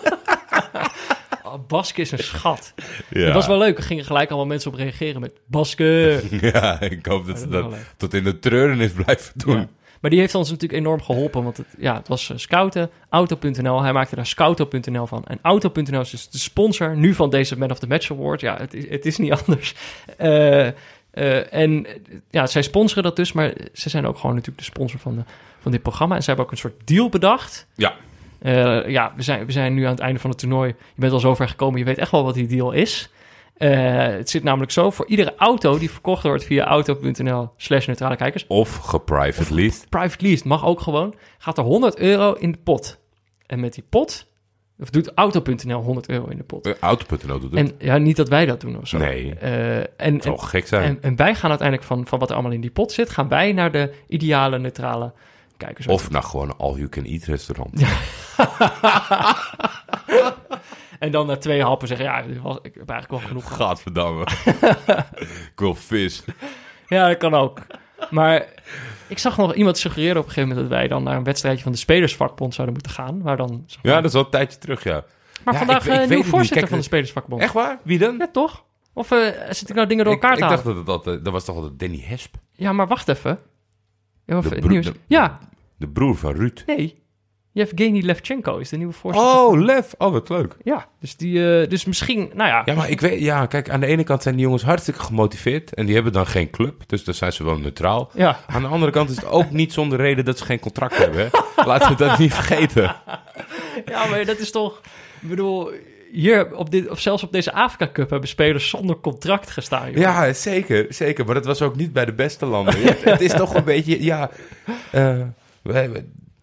Baske is een schat. Ja. Het was wel leuk. Er gingen gelijk allemaal mensen op reageren met Baske. Ja, ik hoop dat ze dat, dat tot in de treurenis blijven doen. Ja. Maar die heeft ons natuurlijk enorm geholpen. Want het, ja, het was uh, scouten, Auto punt n l. Hij maakte daar Scouto punt n l van. En Auto punt n l is dus de sponsor nu van deze Man of the Match Award. Ja, het is, het is niet anders. Uh, uh, en ja, zij sponsoren dat dus. Maar ze zijn ook gewoon natuurlijk de sponsor van, de, van dit programma. En ze hebben ook een soort deal bedacht. Ja. Uh, ja, we zijn, we zijn nu aan het einde van het toernooi. Je bent al zover gekomen, je weet echt wel wat die deal is. Uh, het zit namelijk zo, voor iedere auto die verkocht wordt via auto punt n l slash neutrale kijkers. Of geprivate leased. Private leased, mag ook gewoon. Gaat er honderd euro in de pot. En met die pot, of doet auto punt n l honderd euro in de pot. Uh, auto punt n l doet het. En ja, niet dat wij dat doen of zo. Nee, uh, en, het zal gek zijn. En, en wij gaan uiteindelijk van, van wat er allemaal in die pot zit, gaan wij naar de ideale neutrale kijkers. Of naar gewoon een all-you-can-eat restaurant. Ja. En dan na twee happen zeggen, ja, was, ik heb eigenlijk wel genoeg gehad. Gadverdamme. Ik wil vis. Ja, dat kan ook. Maar ik zag nog iemand suggereren op een gegeven moment dat wij dan naar een wedstrijdje van de Spelersvakbond zouden moeten gaan. Waar dan, zeg maar... Ja, dat is al een tijdje terug, ja. Maar ja, vandaag ik, ik uh, nieuwe voorzitter Kijk, van de Spelersvakbond. Echt waar? Wie dan? Ja, toch? Of uh, zit ik nou dingen door elkaar ik, te halen? Ik dacht dat het altijd, dat was toch altijd Danny Hesp? Ja, maar wacht even. Ja, of, de, broer, de, ja. de broer van Ruud. Nee. Yevgeny Levchenko is de nieuwe voorzitter. Oh, Lev. Oh, wat leuk. Ja, dus, die, uh, dus misschien, nou ja. Ja, maar ik weet, ja, kijk, aan de ene kant zijn die jongens hartstikke gemotiveerd. En die hebben dan geen club, dus dan zijn ze wel neutraal. Ja. Aan de andere kant is het ook niet zonder reden dat ze geen contract hebben. Hè? Laten we dat niet vergeten. Ja, maar dat is toch, ik bedoel, hier op dit, of zelfs op deze Afrika Cup hebben spelers zonder contract gestaan. Joh. Ja, zeker, zeker. Maar dat was ook niet bij de beste landen. het, het is toch een beetje, ja... Uh, wij,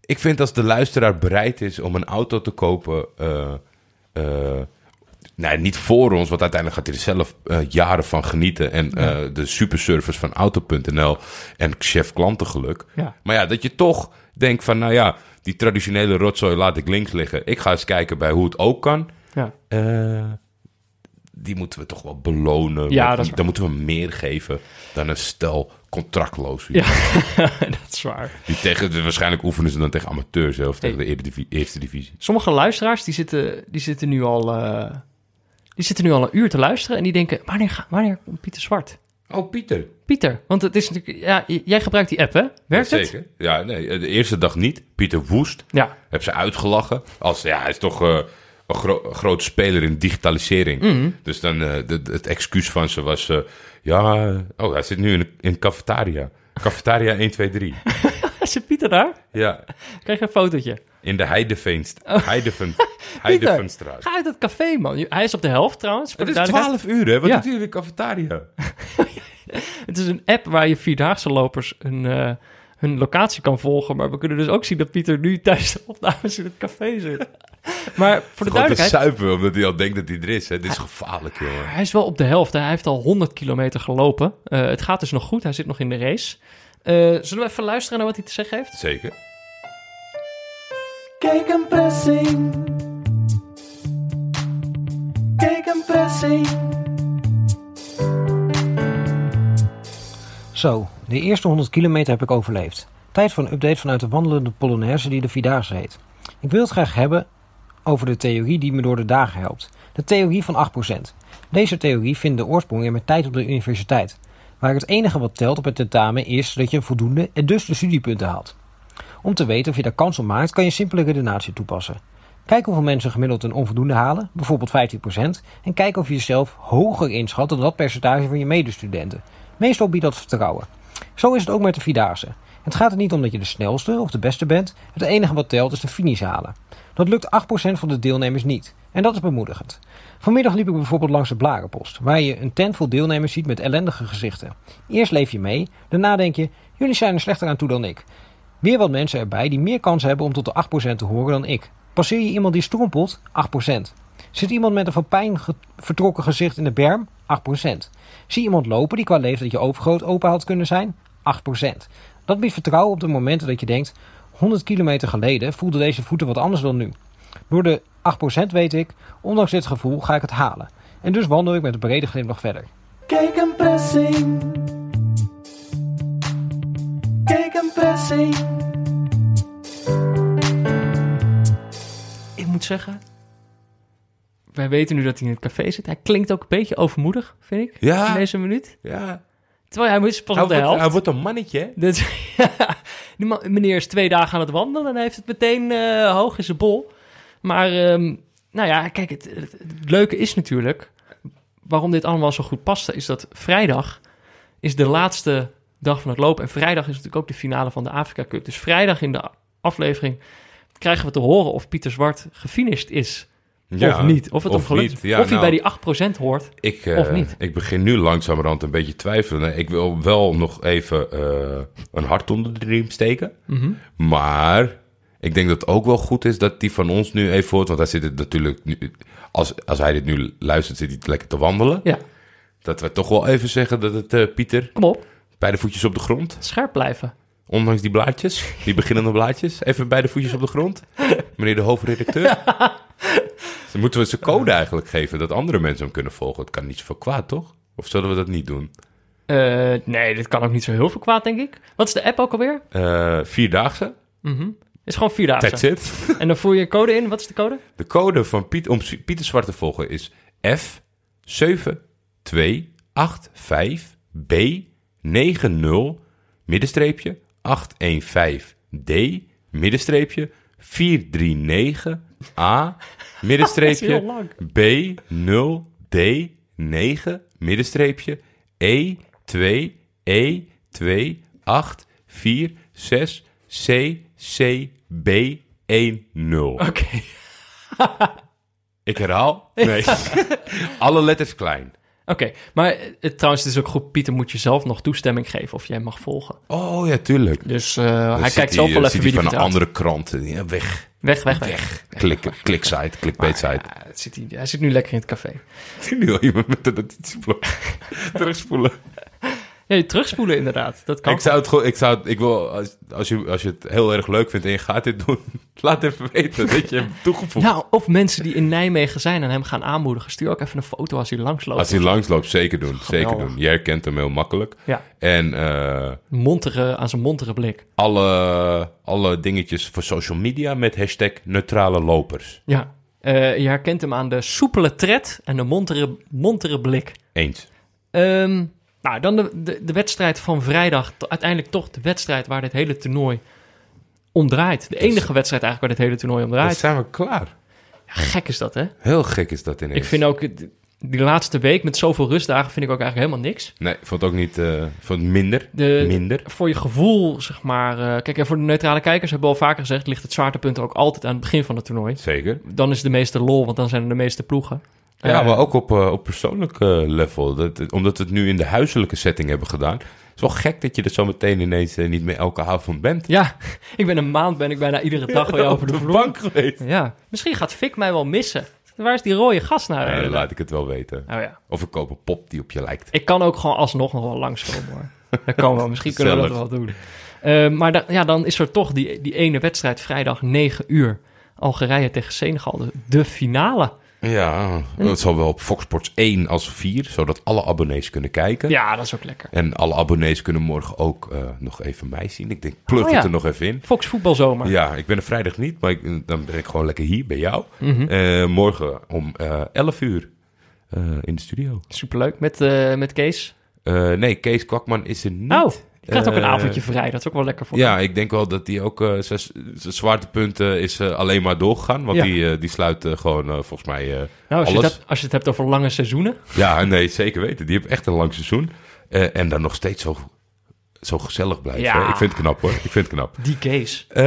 ik vind als de luisteraar bereid is om een auto te kopen... Uh, uh, nee, niet voor ons, want uiteindelijk gaat hij er zelf uh, jaren van genieten. En ja. uh, de superservice van Auto punt n l en chef klantengeluk. Ja. Maar ja, dat je toch denkt van, nou ja, die traditionele rotzooi laat ik links liggen. Ik ga eens kijken bij hoe het ook kan. Ja. Uh, die moeten we toch wel belonen. Ja, met, dat is dan moeten we meer geven dan een stel contractloos. Ja, dat is waar. Die tegen, waarschijnlijk oefenen ze dan tegen amateurs hè, of tegen hey. de divi- eerste divisie. Sommige luisteraars die zitten, die zitten nu al... Uh... Die zitten nu al een uur te luisteren en die denken... Wanneer, wanneer komt Pieter Zwart? Oh, Pieter. Pieter, want het is natuurlijk... Ja, jij gebruikt die app, hè? Werkt ja, het? Zeker. Ja, nee, de eerste dag niet. Pieter Woest. Ja. Heb ze uitgelachen. Als, ja, hij is toch uh, een gro- grote speler in digitalisering. Mm-hmm. Dus dan uh, de, de, het excuus van ze was... Uh, ja, oh, hij zit nu in een cafetaria. Cafetaria één, twee, drie. Zit Pieter daar? Ja. Krijg je een fotootje? In de Heideveenst. Oh. Heideven, Heideveenstraat. Ga uit het café, man. Hij is op de helft trouwens. Het is twaalf uur, hè? Wat ja. doet hij in de cafetaria? Het is een app waar je vierdaagse lopers een, uh, hun locatie kan volgen. Maar we kunnen dus ook zien dat Pieter nu tijdens de opnames in het café zit. Maar voor de duidelijkheid... Gewoon te suipen, omdat hij al denkt dat hij er is. Hè? Dit is hij, gevaarlijk, jongen. Hij is wel op de helft. Hè? Hij heeft al honderd kilometer gelopen. Uh, het gaat dus nog goed. Hij zit nog in de race. Uh, zullen we even luisteren naar wat hij te zeggen heeft? Zeker. Kijk een pressing. Kijk een pressing. Zo, de eerste honderd kilometer heb ik overleefd. Tijd voor een update vanuit de wandelende Polonaise die de Vierdaagse heet. Ik wil het graag hebben over de theorie die me door de dagen helpt. De theorie van acht procent. Deze theorie vindt de oorsprong in mijn tijd op de universiteit. Waar het enige wat telt op het tentamen is dat je een voldoende en dus de studiepunten haalt. Om te weten of je daar kans op maakt, kan je simpele redenatie toepassen. Kijk hoeveel mensen gemiddeld een onvoldoende halen, bijvoorbeeld vijftien procent, en kijk of je jezelf hoger inschat dan dat percentage van je medestudenten. Meestal biedt dat vertrouwen. Zo is het ook met de Vierdaagse. Het gaat er niet om dat je de snelste of de beste bent, het enige wat telt is de finish halen. Dat lukt acht procent van de deelnemers niet, en dat is bemoedigend. Vanmiddag liep ik bijvoorbeeld langs de Blarenpost, waar je een tent vol deelnemers ziet met ellendige gezichten. Eerst leef je mee, daarna denk je, jullie zijn er slechter aan toe dan ik. Weer wat mensen erbij die meer kans hebben om tot de acht procent te horen dan ik. Passeer je iemand die strompelt? acht procent. Zit iemand met een van pijn ge- vertrokken gezicht in de berm? acht procent. Zie iemand lopen die qua leeftijd je overgroot open had kunnen zijn? acht procent. Dat biedt vertrouwen op de momenten dat je denkt, honderd kilometer geleden voelden deze voeten wat anders dan nu. Door de acht procent weet ik, ondanks dit gevoel ga ik het halen. En dus wandel ik met een brede glimlach verder. Kijk een pressing. Kijk een pressing. Ik moet zeggen, wij weten nu dat hij in het café zit. Hij klinkt ook een beetje overmoedig, vind ik, ja. in deze minuut. Ja. Terwijl hij is pas hij op de wordt, helft. Hij wordt een mannetje, hè? Dus, ja, die man, meneer is twee dagen aan het wandelen en hij heeft het meteen uh, hoog in zijn bol. Maar, um, nou ja, kijk, het, het, het leuke is natuurlijk, waarom dit allemaal zo goed paste, is dat vrijdag is de laatste dag van het lopen. En vrijdag is natuurlijk ook de finale van de Afrika Cup. Dus vrijdag in de aflevering krijgen we te horen of Pieter Zwart gefinished is. Ja, of niet. Of het of hem gelukt niet. Ja, of hij nou, bij die acht procent hoort, ik, uh, of niet. Ik begin nu langzamerhand een beetje twijfelen. Ik wil wel nog even uh, een hart onder de riem steken. Mm-hmm. Maar ik denk dat het ook wel goed is dat die van ons nu even hoort. Want hij zit het natuurlijk nu, als, als hij dit nu luistert, zit hij lekker te wandelen. Ja. Dat we toch wel even zeggen dat het, uh, Pieter... Kom op. Beide voetjes op de grond. Scherp blijven. Ondanks die blaadjes, die beginnende blaadjes. Even beide voetjes op de grond. Meneer de hoofdredacteur. Dan moeten we zijn code eigenlijk geven, dat andere mensen hem kunnen volgen. Het kan niet zoveel kwaad, toch? Of zullen we dat niet doen? Uh, nee, dit kan ook niet zo heel veel kwaad, denk ik. Wat is de app ook alweer? Uh, vierdaagse. Mm-hmm. Is gewoon vierdaagse. That's it. En dan voer je een code in. Wat is de code? De code van Piet, om Pieter Zwart te volgen is F zeven twee acht vijf B negen nul middenstreepje acht een vijf D middenstreepje vier drie negen A middenstreepje B nul D negen middenstreepje E twee E twee acht vier zes C C B een nul. Oké. Okay. Ik herhaal. Nee. Alle letters klein. Oké, okay, maar het, trouwens, het is ook goed. Pieter moet je zelf nog toestemming geven of jij mag volgen. Oh ja, tuurlijk. Dus uh, hij kijkt zelf wel even wie die van een andere krant. Ja, weg. Weg, weg, weg. weg. Klik, kliksite, clickbait-site. Ja, zit hij, hij zit nu lekker in het café. Ik zie nu al iemand met een notitieblok terugspoelen. Ja, je terugspoelen inderdaad. Dat kan. Ik zou het gewoon, ik zou het, ik wil, als, als, je, als je het heel erg leuk vindt en je gaat dit doen, laat even weten dat je hem toegevoegd. Nou, of mensen die in Nijmegen zijn en hem gaan aanmoedigen. Stuur ook even een foto als hij langsloopt. Als hij langsloopt, zeker doen. Geweldig. Zeker doen. Jij herkent hem heel makkelijk. Ja. En uh, montere, aan zijn montere blik. Alle, alle dingetjes voor social media met hashtag neutrale lopers. Ja. Uh, je herkent hem aan de soepele tred en de montere, montere blik. Eens. Um, Nou, dan de, de, de wedstrijd van vrijdag. Uiteindelijk toch de wedstrijd waar dit hele toernooi om draait. De enige wedstrijd eigenlijk waar dit hele toernooi om draait. Dan zijn we klaar. Ja, gek is dat, hè? Heel gek is dat ineens. Ik vind ook, die laatste week met zoveel rustdagen vind ik ook eigenlijk helemaal niks. Nee, ik vond het ook niet, uh, vond het minder. De, minder. Voor je gevoel, zeg maar. Uh, kijk, voor de neutrale kijkers hebben we al vaker gezegd, ligt het zwaartepunt er ook altijd aan het begin van het toernooi. Zeker. Dan is de meeste lol, want dan zijn er de meeste ploegen. Ja, maar ook op, uh, op persoonlijk uh, level. Dat, omdat we het nu in de huiselijke setting hebben gedaan. Het is wel gek dat je er zo meteen ineens uh, niet meer elke avond bent. Ja, ik ben een maand ben ik bijna iedere dag ja, weer over de, de vloer. bank geweest. Ja, misschien gaat Fik mij wel missen. Waar is die rode gast naar? Ja, dan laat ik het wel weten. Oh, ja. Of ik koop een pop die op je lijkt. Ik kan ook gewoon alsnog nog wel langskomen, hoor. Dat kan wel. Misschien kunnen we dat wel doen. Uh, maar da- ja, dan is er toch die, die ene wedstrijd vrijdag negen uur. Algerije tegen Senegal, de, de finale. Ja, dat zal wel op Fox Sports één als vier, zodat alle abonnees kunnen kijken. Ja, dat is ook lekker. En alle abonnees kunnen morgen ook uh, nog even mij zien. Ik denk, plug oh, ja. het er nog even in. Fox Voetbalzomer. Ja, ik ben er vrijdag niet, maar ik, dan ben ik gewoon lekker hier bij jou. Mm-hmm. Uh, morgen om uh, elf uur uh, in de studio. Superleuk. Met, uh, met Kees? Uh, nee, Kees Kwakman is er niet. Oh. Je krijgt ook een avondje vrij, dat is ook wel lekker voor Ja, hem. Ik denk wel dat hij ook... Uh, zijn zwaartepunt uh, is uh, alleen maar doorgegaan. Want ja. die, uh, die sluit uh, gewoon uh, volgens mij uh, nou, als alles. Je hebt, als je het hebt over lange seizoenen. Ja, nee, zeker weten. Die heeft echt een lang seizoen. Uh, en dan nog steeds zo, zo gezellig blijven. Ja. Ik vind het knap, hoor. Ik vind het knap. Die Kees. Uh,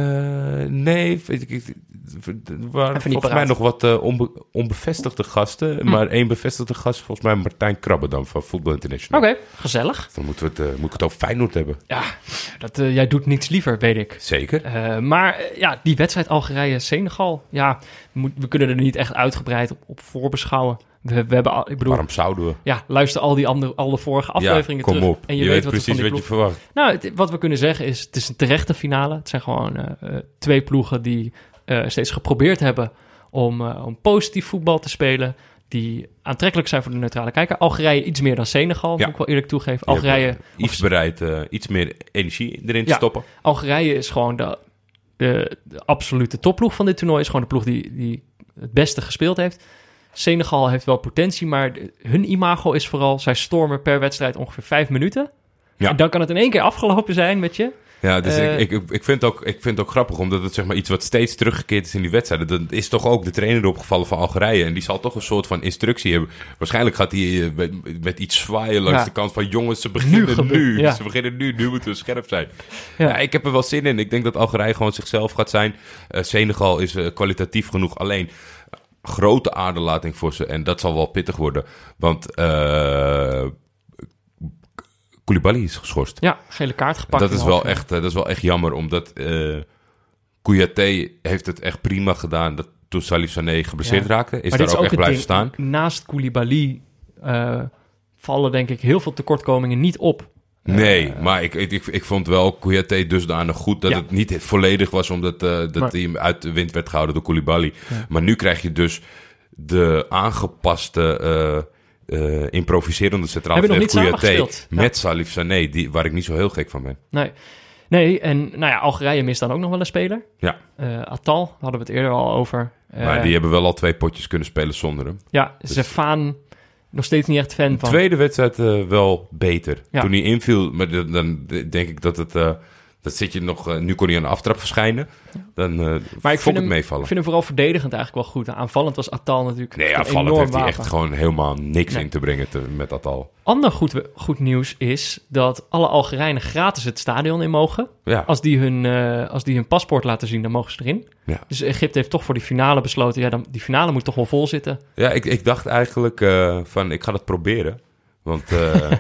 nee, weet ik... ik er waren volgens mij nog wat uh, onbe- onbevestigde gasten. Hm. Maar één bevestigde gast, volgens mij Martijn Krabbe dan van Voetbal International. Oké, okay, gezellig. Dan moeten we het, uh, moet ik het over Feyenoord hebben. Ja, dat, uh, jij doet niets liever, weet ik. Zeker. Uh, maar uh, ja, die wedstrijd Algerije-Senegal. Ja, moet, we kunnen er niet echt uitgebreid op, op voorbeschouwen. We, we hebben, ik bedoel, waarom zouden we? Ja, luister al die andere, alle vorige afleveringen ja, kom terug. Op. En je, je weet, weet wat precies van wat je verwacht. Nou, het, wat we kunnen zeggen is, het is een terechte finale. Het zijn gewoon uh, uh, twee ploegen die uh, steeds geprobeerd hebben om, uh, om positief voetbal te spelen. Die aantrekkelijk zijn voor de neutrale kijker. Algerije iets meer dan Senegal, ja. moet ik wel eerlijk toegeven. Algerije iets bereid, uh, iets meer energie erin te ja, stoppen. Algerije is gewoon de, de, de absolute topploeg van dit toernooi. Is gewoon de ploeg die, die het beste gespeeld heeft. Senegal heeft wel potentie, maar de, hun imago is vooral... zij stormen per wedstrijd ongeveer vijf minuten. Ja. En dan kan het in één keer afgelopen zijn met je. Ja, dus uh, ik, ik, ik, vind ook, ik vind het ook grappig, omdat het zeg maar iets wat steeds teruggekeerd is in die wedstrijden. Dat is toch ook de trainer opgevallen van Algerije. En die zal toch een soort van instructie hebben. Waarschijnlijk gaat hij uh, met, met iets zwaaien langs ja. de kant van... jongens, ze beginnen nu. nu. Ja. Ze beginnen nu. Nu moeten we scherp zijn. Ja. Ja, ik heb er wel zin in. Ik denk dat Algerije gewoon zichzelf gaat zijn. Uh, Senegal is uh, kwalitatief genoeg. Alleen... grote aderlating voor ze. En dat zal wel pittig worden. Want uh, Koulibaly is geschorst. Ja, gele kaart gepakt. Dat is, wel echt, dat is wel echt jammer. Omdat uh, Kouyaté heeft het echt prima gedaan. Dat toen Salif Sané geblesseerd ja. raakte. Is maar daar ook, ook echt blijven ding. staan. Naast Koulibaly uh, vallen denk ik heel veel tekortkomingen niet op. Nee, uh, maar ik, ik, ik vond wel Kouyaté dusdanig goed dat ja. het niet volledig was omdat uh, dat maar, hij uit de wind werd gehouden door Koulibaly. Ja. Maar nu krijg je dus de aangepaste, uh, uh, improviserende centraal verdediger Kouyaté met ja. Salif Sané, die, waar ik niet zo heel gek van ben. Nee, nee en nou ja, Algerije mist dan ook nog wel een speler. Ja. Uh, Atal, hadden we het eerder al over. Uh, maar die hebben wel al twee potjes kunnen spelen zonder hem. Ja, dus Zefaan... nog steeds niet echt fan van. De tweede wedstrijd uh, wel beter. Ja. Toen hij inviel, maar dan denk ik dat het... Uh, Dat zit je nog, uh, nu kon hij aan de aftrap verschijnen. Dan uh, maar ik vind, hem, meevallen. ik vind hem vooral verdedigend eigenlijk wel goed. Aanvallend was Atal natuurlijk Nee, aanvallend heeft hij echt gewoon helemaal niks nee. in te brengen te, met Atal. Ander goed, goed nieuws is dat alle Algerijnen gratis het stadion in mogen. Ja. Als, die hun, uh, als die hun paspoort laten zien, dan mogen ze erin. Ja. Dus Egypte heeft toch voor die finale besloten... ja, dan, die finale moet toch wel vol zitten. Ja, ik, ik dacht eigenlijk uh, van, ik ga dat proberen. Want uh,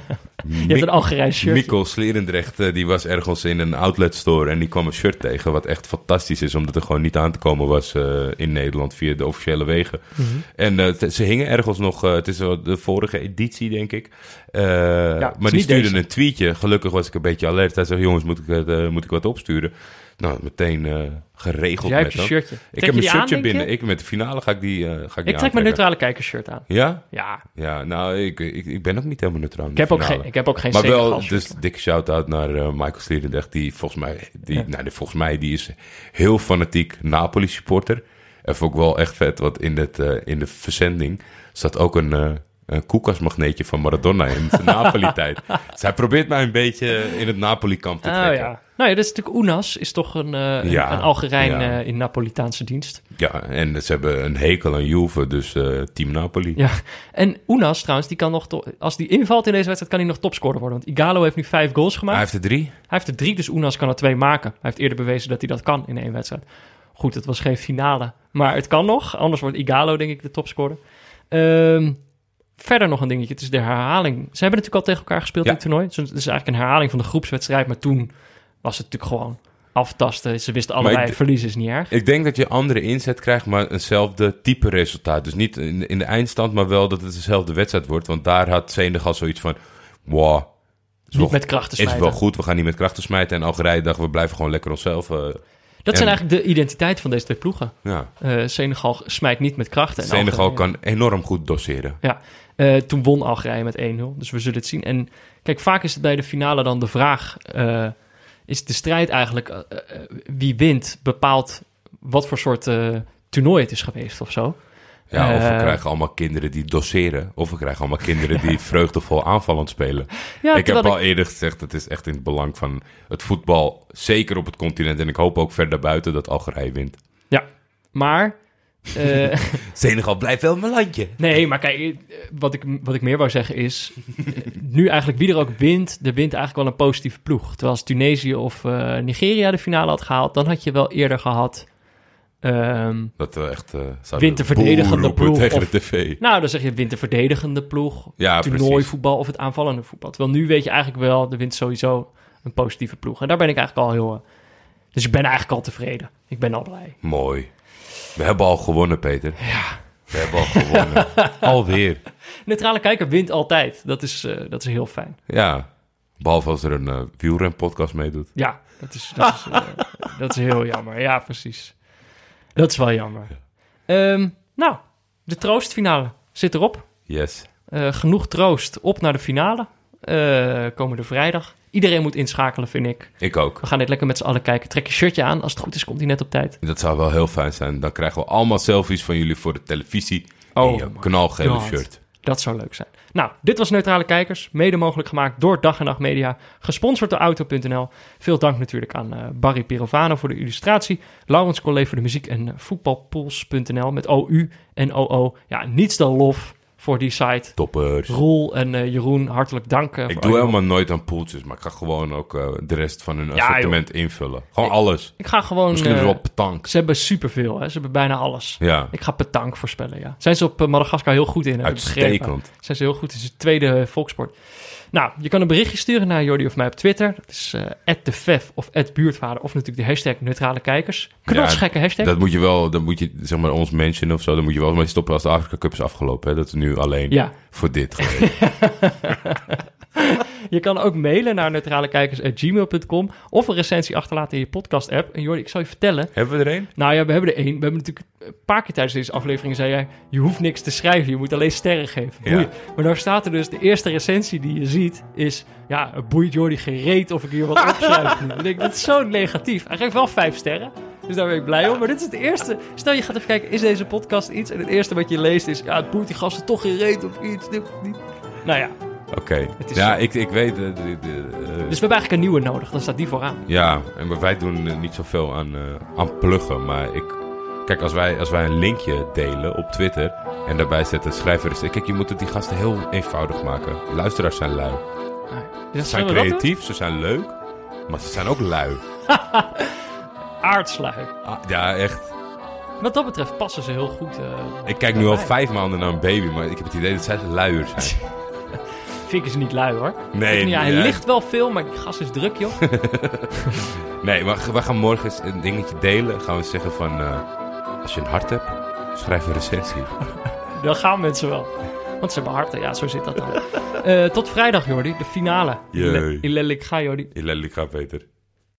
je hebt een Algerijns shirt. Mikkel Slerendrecht, uh, die was ergens in een outlet store en die kwam een shirt tegen, wat echt fantastisch is, omdat er gewoon niet aan te komen was uh, in Nederland via de officiële wegen. Mm-hmm. En uh, t- ze hingen ergens nog, uh, het is de vorige editie, denk ik. Uh, ja, maar die stuurde deze. een tweetje. Gelukkig was ik een beetje alert. Hij zei, jongens, moet ik, uh, moet ik wat opsturen? Nou, meteen uh, geregeld. Jij met hebt je shirtje. Ik heb mijn shirtje aan, binnen. Ik, met de finale ga ik die, uh, ga ik, ik die trek mijn neutrale kijkershirt aan. Ja? Ja. Ja, nou, ik, ik, ik ben ook niet helemaal neutraal. Ik heb, ook geen, ik heb ook geen Maar wel, dus dikke shout-out naar uh, Michael Slierendrecht. Die volgens mij, die, ja. nou, die, volgens mij, die is heel fanatiek Napoli-supporter. En vond ik wel echt vet, want in, het, uh, in de verzending zat ook een... Uh, een koelkastmagneetje van Maradona in zijn Napoli-tijd. Dus hij probeert mij een beetje in het Napoli-kamp te trekken. Oh, ja. Nou ja, dat is natuurlijk Unas, is toch een, uh, ja, een Algerijn ja. uh, in Napolitaanse dienst. Ja, en ze hebben een hekel aan Juve, dus uh, team Napoli. Ja, en Unas trouwens, die kan nog to- als die invalt in deze wedstrijd, kan hij nog topscorer worden. Want Igalo heeft nu vijf goals gemaakt. Hij heeft er drie. Hij heeft er drie, dus Unas kan er twee maken. Hij heeft eerder bewezen dat hij dat kan in één wedstrijd. Goed, het was geen finale, maar het kan nog. Anders wordt Igalo, denk ik, de topscorer. Ehm... Um, Verder nog een dingetje, het is de herhaling. Ze hebben natuurlijk al tegen elkaar gespeeld ja. in het toernooi. Dus het is eigenlijk een herhaling van de groepswedstrijd. Maar toen was het natuurlijk gewoon aftasten. Ze wisten allebei, ik, verliezen is niet erg. Ik denk dat je andere inzet krijgt, maar hetzelfde type resultaat. Dus niet in, in de eindstand, maar wel dat het dezelfde wedstrijd wordt. Want daar had Senegal zoiets van, wow. Niet wel, met krachten smijten. Is wel goed, we gaan niet met krachten smijten. En Algerije dacht, we blijven gewoon lekker onszelf... Uh, Dat zijn en, eigenlijk de identiteit van deze twee ploegen. Ja. Uh, Senegal smijt niet met krachten. En Senegal Algerije, kan enorm goed doseren. Ja, uh, toen won Algerije met één nul. Dus we zullen het zien. En kijk, vaak is het bij de finale dan de vraag... Uh, is de strijd eigenlijk... Uh, uh, wie wint bepaalt wat voor soort uh, toernooi het is geweest of zo. Ja, of we uh, krijgen allemaal kinderen die doseren. Of we krijgen allemaal kinderen die vreugdevol aanvallend spelen. Ja, ik heb al ik... eerder gezegd, het is echt in het belang van het voetbal. Zeker op het continent. En ik hoop ook verder buiten dat Algerije wint. Ja, maar... Uh... Senegal blijft wel mijn landje. Nee, maar kijk, wat ik, wat ik meer wou zeggen is... nu eigenlijk wie er ook wint, er wint eigenlijk wel een positieve ploeg. Terwijl als Tunesië of uh, Nigeria de finale had gehaald... dan had je wel eerder gehad... Um, dat we echt uh, wint de verdedigende ploeg tegen of, de tv. Nou, dan zeg je wint de verdedigende ploeg, ja, toernooivoetbal of het aanvallende voetbal. Terwijl nu weet je eigenlijk wel, er wint sowieso een positieve ploeg. En daar ben ik eigenlijk al heel... Uh, dus ik ben eigenlijk al tevreden. Ik ben al blij. Mooi. We hebben al gewonnen, Peter. Ja. We hebben al gewonnen. Alweer. Neutrale kijker wint altijd. Dat is, uh, dat is heel fijn. Ja. Behalve als er een uh, wielrenpodcast meedoet. Ja, dat is, dat, is, uh, dat is heel jammer. Ja, precies. Dat is wel jammer. Ja. Um, nou, de troostfinale zit erop. Yes. Uh, genoeg troost. Op naar de finale. Uh, komende vrijdag. Iedereen moet inschakelen, vind ik. Ik ook. We gaan dit lekker met z'n allen kijken. Trek je shirtje aan. Als het goed is, komt hij net op tijd. Dat zou wel heel fijn zijn. Dan krijgen we allemaal selfies van jullie voor de televisie. Oh, in je knalgele God. shirt. Dat zou leuk zijn. Nou, dit was Neutrale Kijkers. Mede mogelijk gemaakt door Dag en Nacht Media. Gesponsord door Auto punt n l. Veel dank natuurlijk aan uh, Barry Pirovano voor de illustratie. Laurens Collet voor de muziek. En uh, voetbalpools punt n l met O U en O O. Ja, niets dan lof voor die site. Toppers. Roel en uh, Jeroen, hartelijk dank. Uh, ik doe helemaal nooit aan poeltjes, maar ik ga gewoon ook uh, de rest van hun ja, assortiment joh. invullen. Gewoon ik, alles. Ik ga gewoon... Misschien uh, wel petank. Ze hebben superveel, hè. Ze hebben bijna alles. Ja. Ik ga petank voorspellen, ja. Zijn ze op uh, Madagaskar heel goed in. Uitstekend. Zijn ze heel goed. Het is de tweede volkssport. Nou, je kan een berichtje sturen naar Jordi of mij op Twitter. Dat is uh, at de vef of at buurtvader. Of natuurlijk de hashtag neutrale kijkers. Knotsgekke ja, hashtag. Dat moet je wel, dat moet je, zeg maar, ons mentionen of zo. Dan moet je wel mee stoppen als de Afrika Cup is afgelopen. Hè? Dat is nu alleen ja. voor dit geweest. Je kan ook mailen naar neutralekijkers at gmail punt com of een recensie achterlaten in je podcast-app. En Jordi, ik zal je vertellen. Hebben we er één? Nou ja, we hebben er één. We hebben natuurlijk een paar keer tijdens deze aflevering zei jij, je hoeft niks te schrijven, je moet alleen sterren geven. Ja. Maar nou staat er dus, de eerste recensie die je ziet is, ja, het boeit Jordi gereed of ik hier wat opschrijf. Ik denk, dat is zo negatief. Hij geeft wel vijf sterren. Dus daar ben ik blij om. Maar dit is het eerste. Stel, je gaat even kijken, is deze podcast iets? En het eerste wat je leest is, ja, het boeit die gasten toch gereed of iets. Nou ja. Oké. Okay. Ja, ik, ik weet... Uh, de, de, uh, dus we hebben eigenlijk een nieuwe nodig. Dan staat die vooraan. Ja, en wij doen uh, niet zoveel aan, uh, aan pluggen. Maar ik... Kijk, als wij, als wij een linkje delen op Twitter... en daarbij zetten schrijvers... Kijk, je moet het die gasten heel eenvoudig maken. Luisteraars zijn lui. Ah, ze zijn creatief, ze zijn leuk... maar ze zijn ook lui. Aardslui. Ah, ja, echt... Wat dat betreft passen ze heel goed. Uh, ik kijk nu al vijf maanden naar een baby, maar ik heb het idee dat zij luier zijn. Fik is niet lui, hoor. Nee. Ja, hij ja. ligt wel veel, maar die gas is druk, joh. Nee, maar we gaan morgen eens een dingetje delen. Gaan we zeggen van, uh, als je een hart hebt, schrijf een recensie. Dan gaan mensen wel. Want ze hebben harten, ja, zo zit dat dan. uh, tot vrijdag, Jordi, de finale. Jee. Ilellik ga, Jordi. Ilellik ga, Peter.